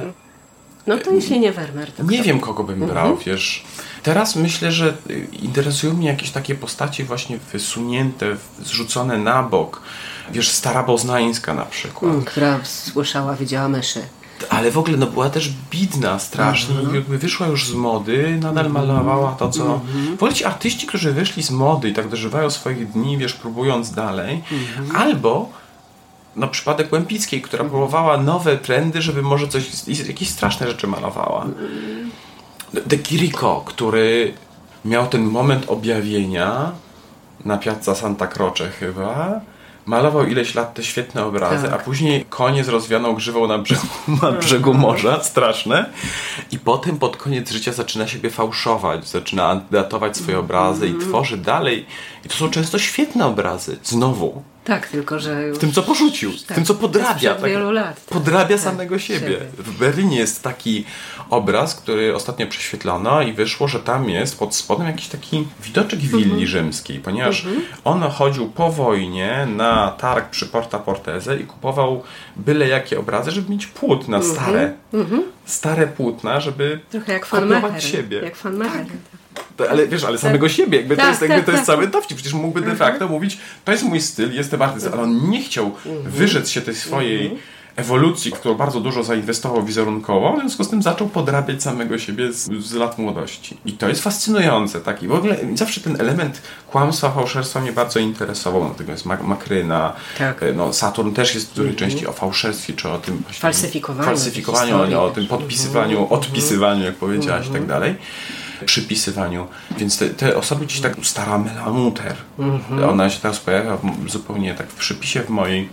No to jeśli nie Vermeer. To nie kto? wiem, kogo bym brał, mm-hmm. wiesz. Teraz myślę, że interesują mnie jakieś takie postaci właśnie wysunięte, zrzucone na bok. Wiesz, Stara Boznańska na przykład. Mm, która słyszała, widziała myszy. Ale w ogóle no, była też bidna strasznie mm-hmm. i jakby wyszła już z mody, nadal mm-hmm. malowała to, co... Mm-hmm. W ogóle ci artyści, którzy wyszli z mody i tak dożywają swoich dni, wiesz, próbując dalej, mm-hmm. albo no przypadek Łępickiej, która mm-hmm. próbowała nowe trendy, żeby może coś, jakieś straszne rzeczy malowała. Mm-hmm. De Chirico, który miał ten moment objawienia na Piazza Santa Croce chyba, malował ileś lat te świetne obrazy, tak. a później konie z rozwianą grzywą na brzegu, na brzegu morza, straszne. I potem pod koniec życia zaczyna siebie fałszować, zaczyna antydatować swoje obrazy mm. i tworzy dalej. I to są często świetne obrazy. Znowu. Tak, tylko że już... W tym, co porzucił, tak, w tym, co podrabia. Tak, wielu lat. Tak, podrabia tak, samego siebie. siebie. W Berlinie jest taki obraz, który ostatnio prześwietlono i wyszło, że tam jest pod spodem jakiś taki widoczek willi mm-hmm. rzymskiej, ponieważ mm-hmm. on chodził po wojnie na targ przy Porta Portese i kupował byle jakie obrazy, żeby mieć płótna mm-hmm. stare. Mm-hmm. Stare płótna, żeby trochę jak kopiować siebie. Jak Van Mecher. To, ale wiesz, ale samego tak. siebie, jakby tak, to jest, jakby tak, to jest tak. cały dowcip. Przecież mógłby de facto mm-hmm. mówić, to jest mój styl, jestem artystą, ale on nie chciał mm-hmm. wyrzec się tej swojej mm-hmm. ewolucji, którą bardzo dużo zainwestował wizerunkowo, w związku z tym zaczął podrabiać samego siebie z, z lat młodości. I to jest fascynujące. Tak? I w ogóle zawsze ten element kłamstwa, fałszerstwa mnie bardzo interesował. No, tego jest mak- makryna. Tak. No, Saturn też jest w dużej mm-hmm. części o fałszerstwie, czy o tym falsyfikowaniu, falsyfikowaniu o, o tym podpisywaniu, mm-hmm. odpisywaniu, jak powiedziałaś, mm-hmm. i tak dalej. Przypisywaniu. Więc te, te osoby gdzieś tak... Stara Melamuter. Mm-hmm. Ona się teraz pojawia w, zupełnie tak w przypisie w mojej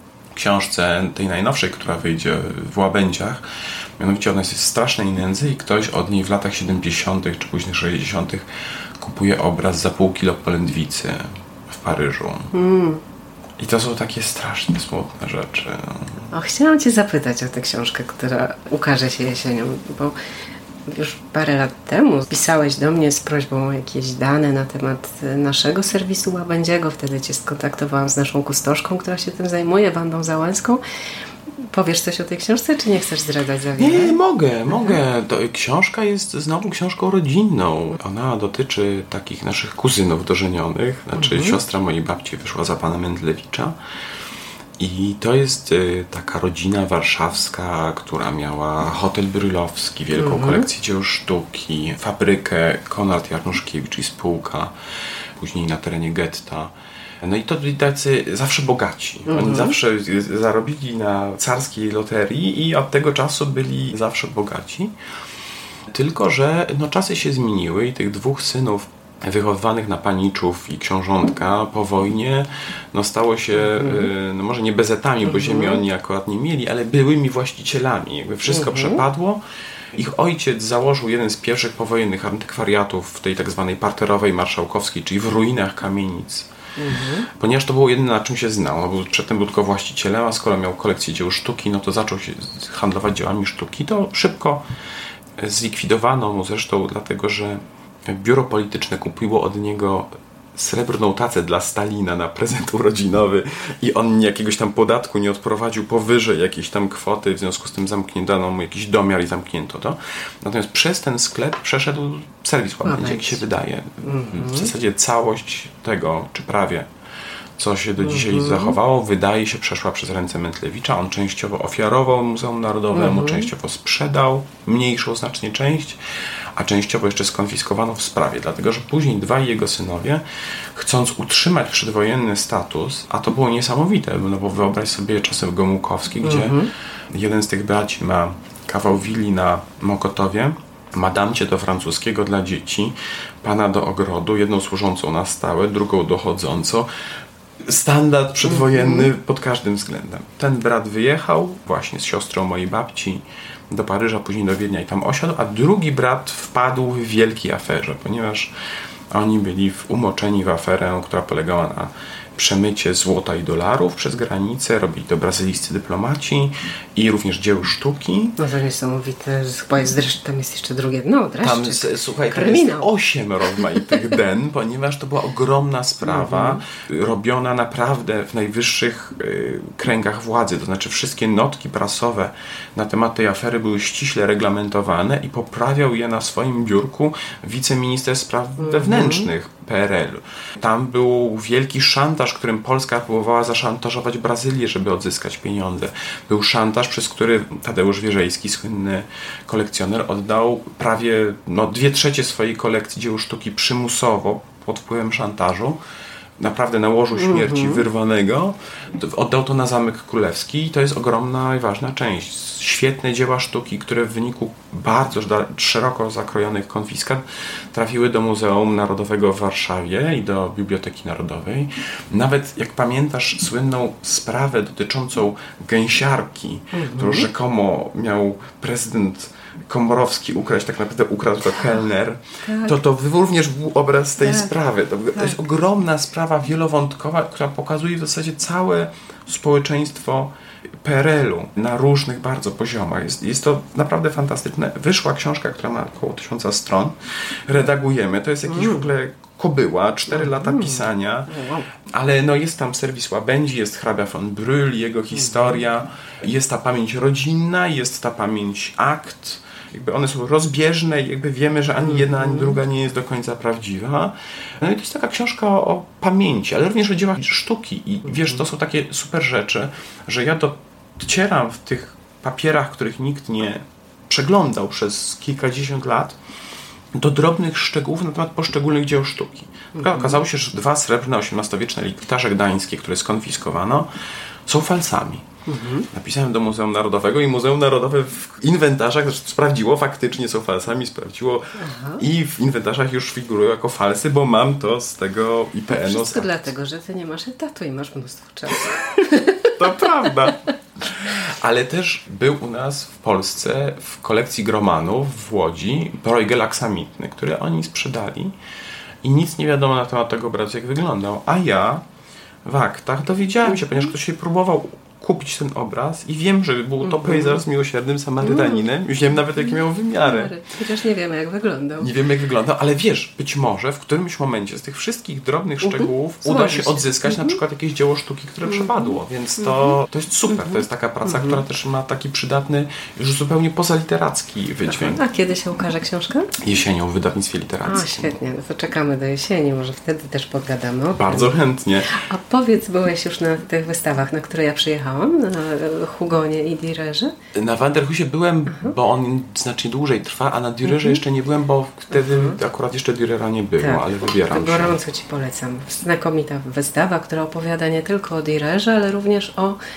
książce, tej najnowszej, która wyjdzie w Łabędziach. Mianowicie ona jest w strasznej nędzy i ktoś od niej w latach siedemdziesiątych czy później sześćdziesiątych kupuje obraz za pół kilo polędwicy w Paryżu. Mm. I to są takie strasznie smutne rzeczy. O, chciałam Cię zapytać o tę książkę, która ukaże się jesienią, bo już parę lat temu pisałeś do mnie z prośbą o jakieś dane na temat naszego serwisu Łabędziego. Wtedy Cię skontaktowałam z naszą kustoszką, która się tym zajmuje, Wandą Załęską. Powiesz coś o tej książce, czy nie chcesz zdradzać za wiele? Nie, mogę, mogę. To książka jest znowu książką rodzinną. Ona dotyczy takich naszych kuzynów dożenionych. Znaczy mhm. siostra mojej babci wyszła za pana Mendlewicza. I to jest y, taka rodzina warszawska, która miała hotel brylowski, wielką mm-hmm. kolekcję dzieł sztuki, fabrykę Konrad Jarnuszkiewicz i spółka, później na terenie getta. No i to byli tacy zawsze bogaci. Mm-hmm. Oni zawsze zarobili na carskiej loterii i od tego czasu byli zawsze bogaci. Tylko że no, czasy się zmieniły i tych dwóch synów wychowywanych na paniczów i książątka po wojnie no stało się, mm-hmm. no może nie bezetami, bo mm-hmm. ziemi oni akurat nie mieli, ale byłymi właścicielami. Jakby wszystko mm-hmm. przepadło. Ich ojciec założył jeden z pierwszych powojennych antykwariatów w tej tak zwanej parterowej marszałkowskiej, czyli w ruinach kamienic. Mhm. Ponieważ to było jedyne, na czym się znał. No, był, przedtem był tylko właścicielem, a skoro miał kolekcję dzieł sztuki, no to zaczął się handlować dziełami sztuki. To szybko zlikwidowano mu zresztą dlatego, że biuro polityczne kupiło od niego srebrną tacę dla Stalina na prezent urodzinowy i on jakiegoś tam podatku nie odprowadził powyżej jakiejś tam kwoty, w związku z tym zamknięto mu jakiś domiar i zamknięto to. Natomiast przez ten sklep przeszedł serwis łabędzi, jak się wydaje. Mm-hmm. W zasadzie całość tego, czy prawie, co się do dzisiaj mm-hmm. zachowało, wydaje się przeszła przez ręce Mentlewicza. On częściowo ofiarował Muzeum Narodowemu, mm-hmm. częściowo sprzedał mniejszą znacznie część, a częściowo jeszcze skonfiskowano w sprawie, dlatego że później dwaj jego synowie, chcąc utrzymać przedwojenny status, a to było niesamowite, no bo wyobraź sobie czasem Gomułkowski, gdzie mm-hmm. jeden z tych braci ma kawał willi na Mokotowie, ma damcie do francuskiego dla dzieci, pana do ogrodu, jedną służącą na stałe, drugą dochodzącą. Standard przedwojenny mm-hmm. pod każdym względem. Ten brat wyjechał właśnie z siostrą mojej babci do Paryża, później do Wiednia i tam osiadł, a drugi brat wpadł w wielkiej aferze, ponieważ oni byli umoczeni w aferę, która polegała na przemycie złota i dolarów przez granicę, robili to brazylijscy dyplomaci i również dzieł sztuki. No to niesamowite, chyba jest zresztą, tam jest jeszcze drugie dno, dreszczyk. Tam, słuchaj, to jest osiem rozmaitych den, ponieważ to była ogromna sprawa, mm-hmm. robiona naprawdę w najwyższych y, kręgach władzy, to znaczy wszystkie notki prasowe na temat tej afery były ściśle reglamentowane i poprawiał je na swoim biurku wiceminister spraw mm-hmm. wewnętrznych P R L. Tam był wielki szantaż, którym Polska próbowała zaszantażować Brazylię, żeby odzyskać pieniądze. Był szantaż, przez który Tadeusz Wierzejski, słynny kolekcjoner, oddał prawie no, dwie trzecie swojej kolekcji dzieł sztuki przymusowo pod wpływem szantażu. Naprawdę na łożu śmierci mm-hmm. wyrwanego. Oddał to na Zamek Królewski i to jest ogromna i ważna część. Świetne dzieła sztuki, które w wyniku bardzo szeroko zakrojonych konfiskat trafiły do Muzeum Narodowego w Warszawie i do Biblioteki Narodowej. Nawet jak pamiętasz słynną sprawę dotyczącą gęsiarki, mm-hmm. którą rzekomo miał prezydent Komorowski ukraść, tak naprawdę ukradł to kelner, tak. to to również był obraz tej tak. sprawy. To, tak. to jest ogromna sprawa wielowątkowa, która pokazuje w zasadzie całe społeczeństwo P R L-u na różnych bardzo poziomach. Jest, jest to naprawdę fantastyczne. Wyszła książka, która ma około tysiąca stron. Redagujemy. To jest jakiś mm. w ogóle kobyła, cztery mm. lata pisania, wow. ale no jest tam serwis łabędzi, jest hrabia von Brühl, jego historia, jest ta pamięć rodzinna, jest ta pamięć akt. Jakby one są rozbieżne i jakby wiemy, że ani jedna, ani druga nie jest do końca prawdziwa. No i to jest taka książka o, o pamięci, ale również o dziełach sztuki. I wiesz, to są takie super rzeczy, że ja docieram w tych papierach, których nikt nie przeglądał przez kilkadziesiąt lat, do drobnych szczegółów na temat poszczególnych dzieł sztuki. Mm-hmm. Okazało się, że dwa srebrne osiemnastowieczne likwitarze gdańskie, które skonfiskowano, są falsami. Mhm. Napisałem do Muzeum Narodowego i Muzeum Narodowe w inwentarzach sprawdziło, faktycznie są falsami, sprawdziło Aha. i w inwentarzach już figurują jako falsy, bo mam to z tego I P N-u. Wszystko dlatego, że ty nie masz etatu i masz mnóstwo czasu. To prawda. Ale też był u nas w Polsce w kolekcji Gromanów w Łodzi Bruegel aksamitny, który oni sprzedali i nic nie wiadomo na temat tego obrazu, jak wyglądał. A ja w aktach dowiedziałem się, ponieważ ktoś się próbował kupić ten obraz i wiem, że był to Pejzaż z miłosiernym Samarytaninem. Już wiem nawet, jakie miał wymiary. Chociaż nie wiemy, jak wyglądał. Nie wiemy, jak wyglądał, ale wiesz, być może w którymś momencie z tych wszystkich drobnych szczegółów uh-huh. uda się odzyskać uh-huh. na przykład jakieś dzieło sztuki, które uh-huh. przepadło, więc to, to jest super. Uh-huh. To jest taka praca, uh-huh. która też ma taki przydatny, już zupełnie pozaliteracki wydźwięk. A kiedy się ukaże książka? Jesienią w wydawnictwie literackim. A, świetnie. No to czekamy do jesieni, może wtedy też pogadamy. Bardzo chętnie. A powiedz, byłeś już na tych wystawach, na które ja przyjechałam? Na Hugonie i Dürerze? Na Wanderhusie byłem, uh-huh. bo on znacznie dłużej trwa, a na Dürerze uh-huh. jeszcze nie byłem, bo wtedy uh-huh. akurat jeszcze Dürera nie było, tak. ale wybieram to gorąco Ci polecam. Znakomita wystawa, która opowiada nie tylko o Dürerze, ale również o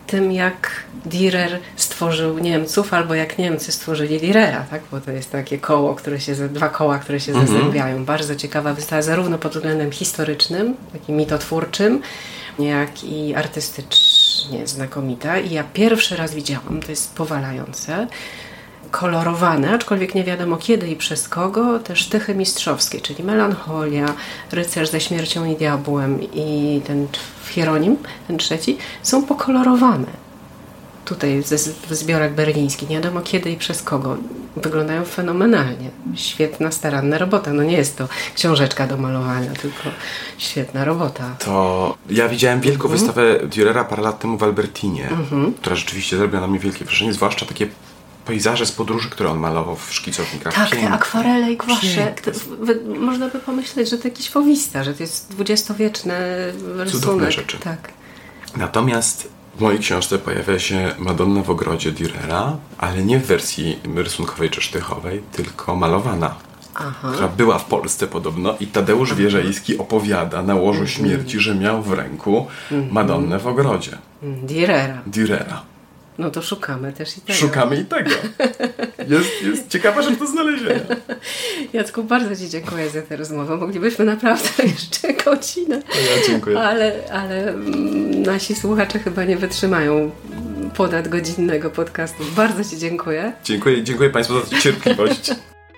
tym, jak Dürer stworzył Niemców, albo jak Niemcy stworzyli Dürera, tak? Bo to jest takie koło, które się, dwa koła, które się mm-hmm. zazębiają. Bardzo ciekawa wystawa, zarówno pod względem historycznym, takim mitotwórczym, jak i artystycznie znakomita. I ja pierwszy raz widziałam, to jest powalające, kolorowane, aczkolwiek nie wiadomo kiedy i przez kogo, te sztychy mistrzowskie, czyli Melancholia, Rycerz ze śmiercią i diabłem i ten Hieronim, ten trzeci, są pokolorowane. Tutaj w zbiorach berlińskich, nie wiadomo kiedy i przez kogo. Wyglądają fenomenalnie. Świetna, staranna robota. No nie jest to książeczka do malowania, tylko świetna robota. To ja widziałem wielką mhm. wystawę Dürera parę lat temu w Albertinie, mhm. która rzeczywiście zrobiła na mnie wielkie wrażenie, zwłaszcza takie pejzaże z podróży, które on malował w szkicownikach. Tak, te akwarele i głasze. Można by pomyśleć, że to jakiś fowista, że to jest dwudziestowieczny rysunek. Cudowne rzeczy. Tak. Natomiast w mojej książce pojawia się Madonna w ogrodzie Dürera, ale nie w wersji rysunkowej czy sztychowej, tylko malowana. Aha. Która była w Polsce podobno i Tadeusz Aha. Wierzejski opowiada na łożu mm-hmm. śmierci, że miał w ręku mm-hmm. Madonnę w ogrodzie. Dürera. Dürera. No to szukamy też i tego. Szukamy i tego. Jest, jest ciekawa rzecz do znalezienia. Jacku, bardzo Ci dziękuję za tę rozmowę. Moglibyśmy naprawdę jeszcze godzinę. To ja dziękuję. Ale, ale nasi słuchacze chyba nie wytrzymają ponad godzinnego podcastu. Bardzo Ci dziękuję. Dziękuję, dziękuję Państwu za cierpliwość.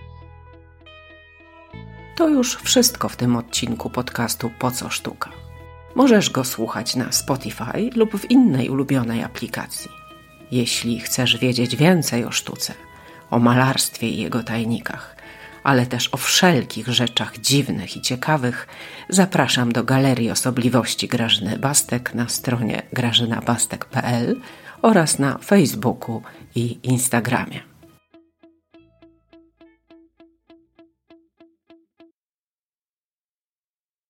To już wszystko w tym odcinku podcastu Po co sztuka. Możesz go słuchać na Spotify lub w innej ulubionej aplikacji. Jeśli chcesz wiedzieć więcej o sztuce, o malarstwie i jego tajnikach, ale też o wszelkich rzeczach dziwnych i ciekawych, zapraszam do Galerii Osobliwości Grażyny Bastek na stronie grażynabastek kropka p l oraz na Facebooku i Instagramie.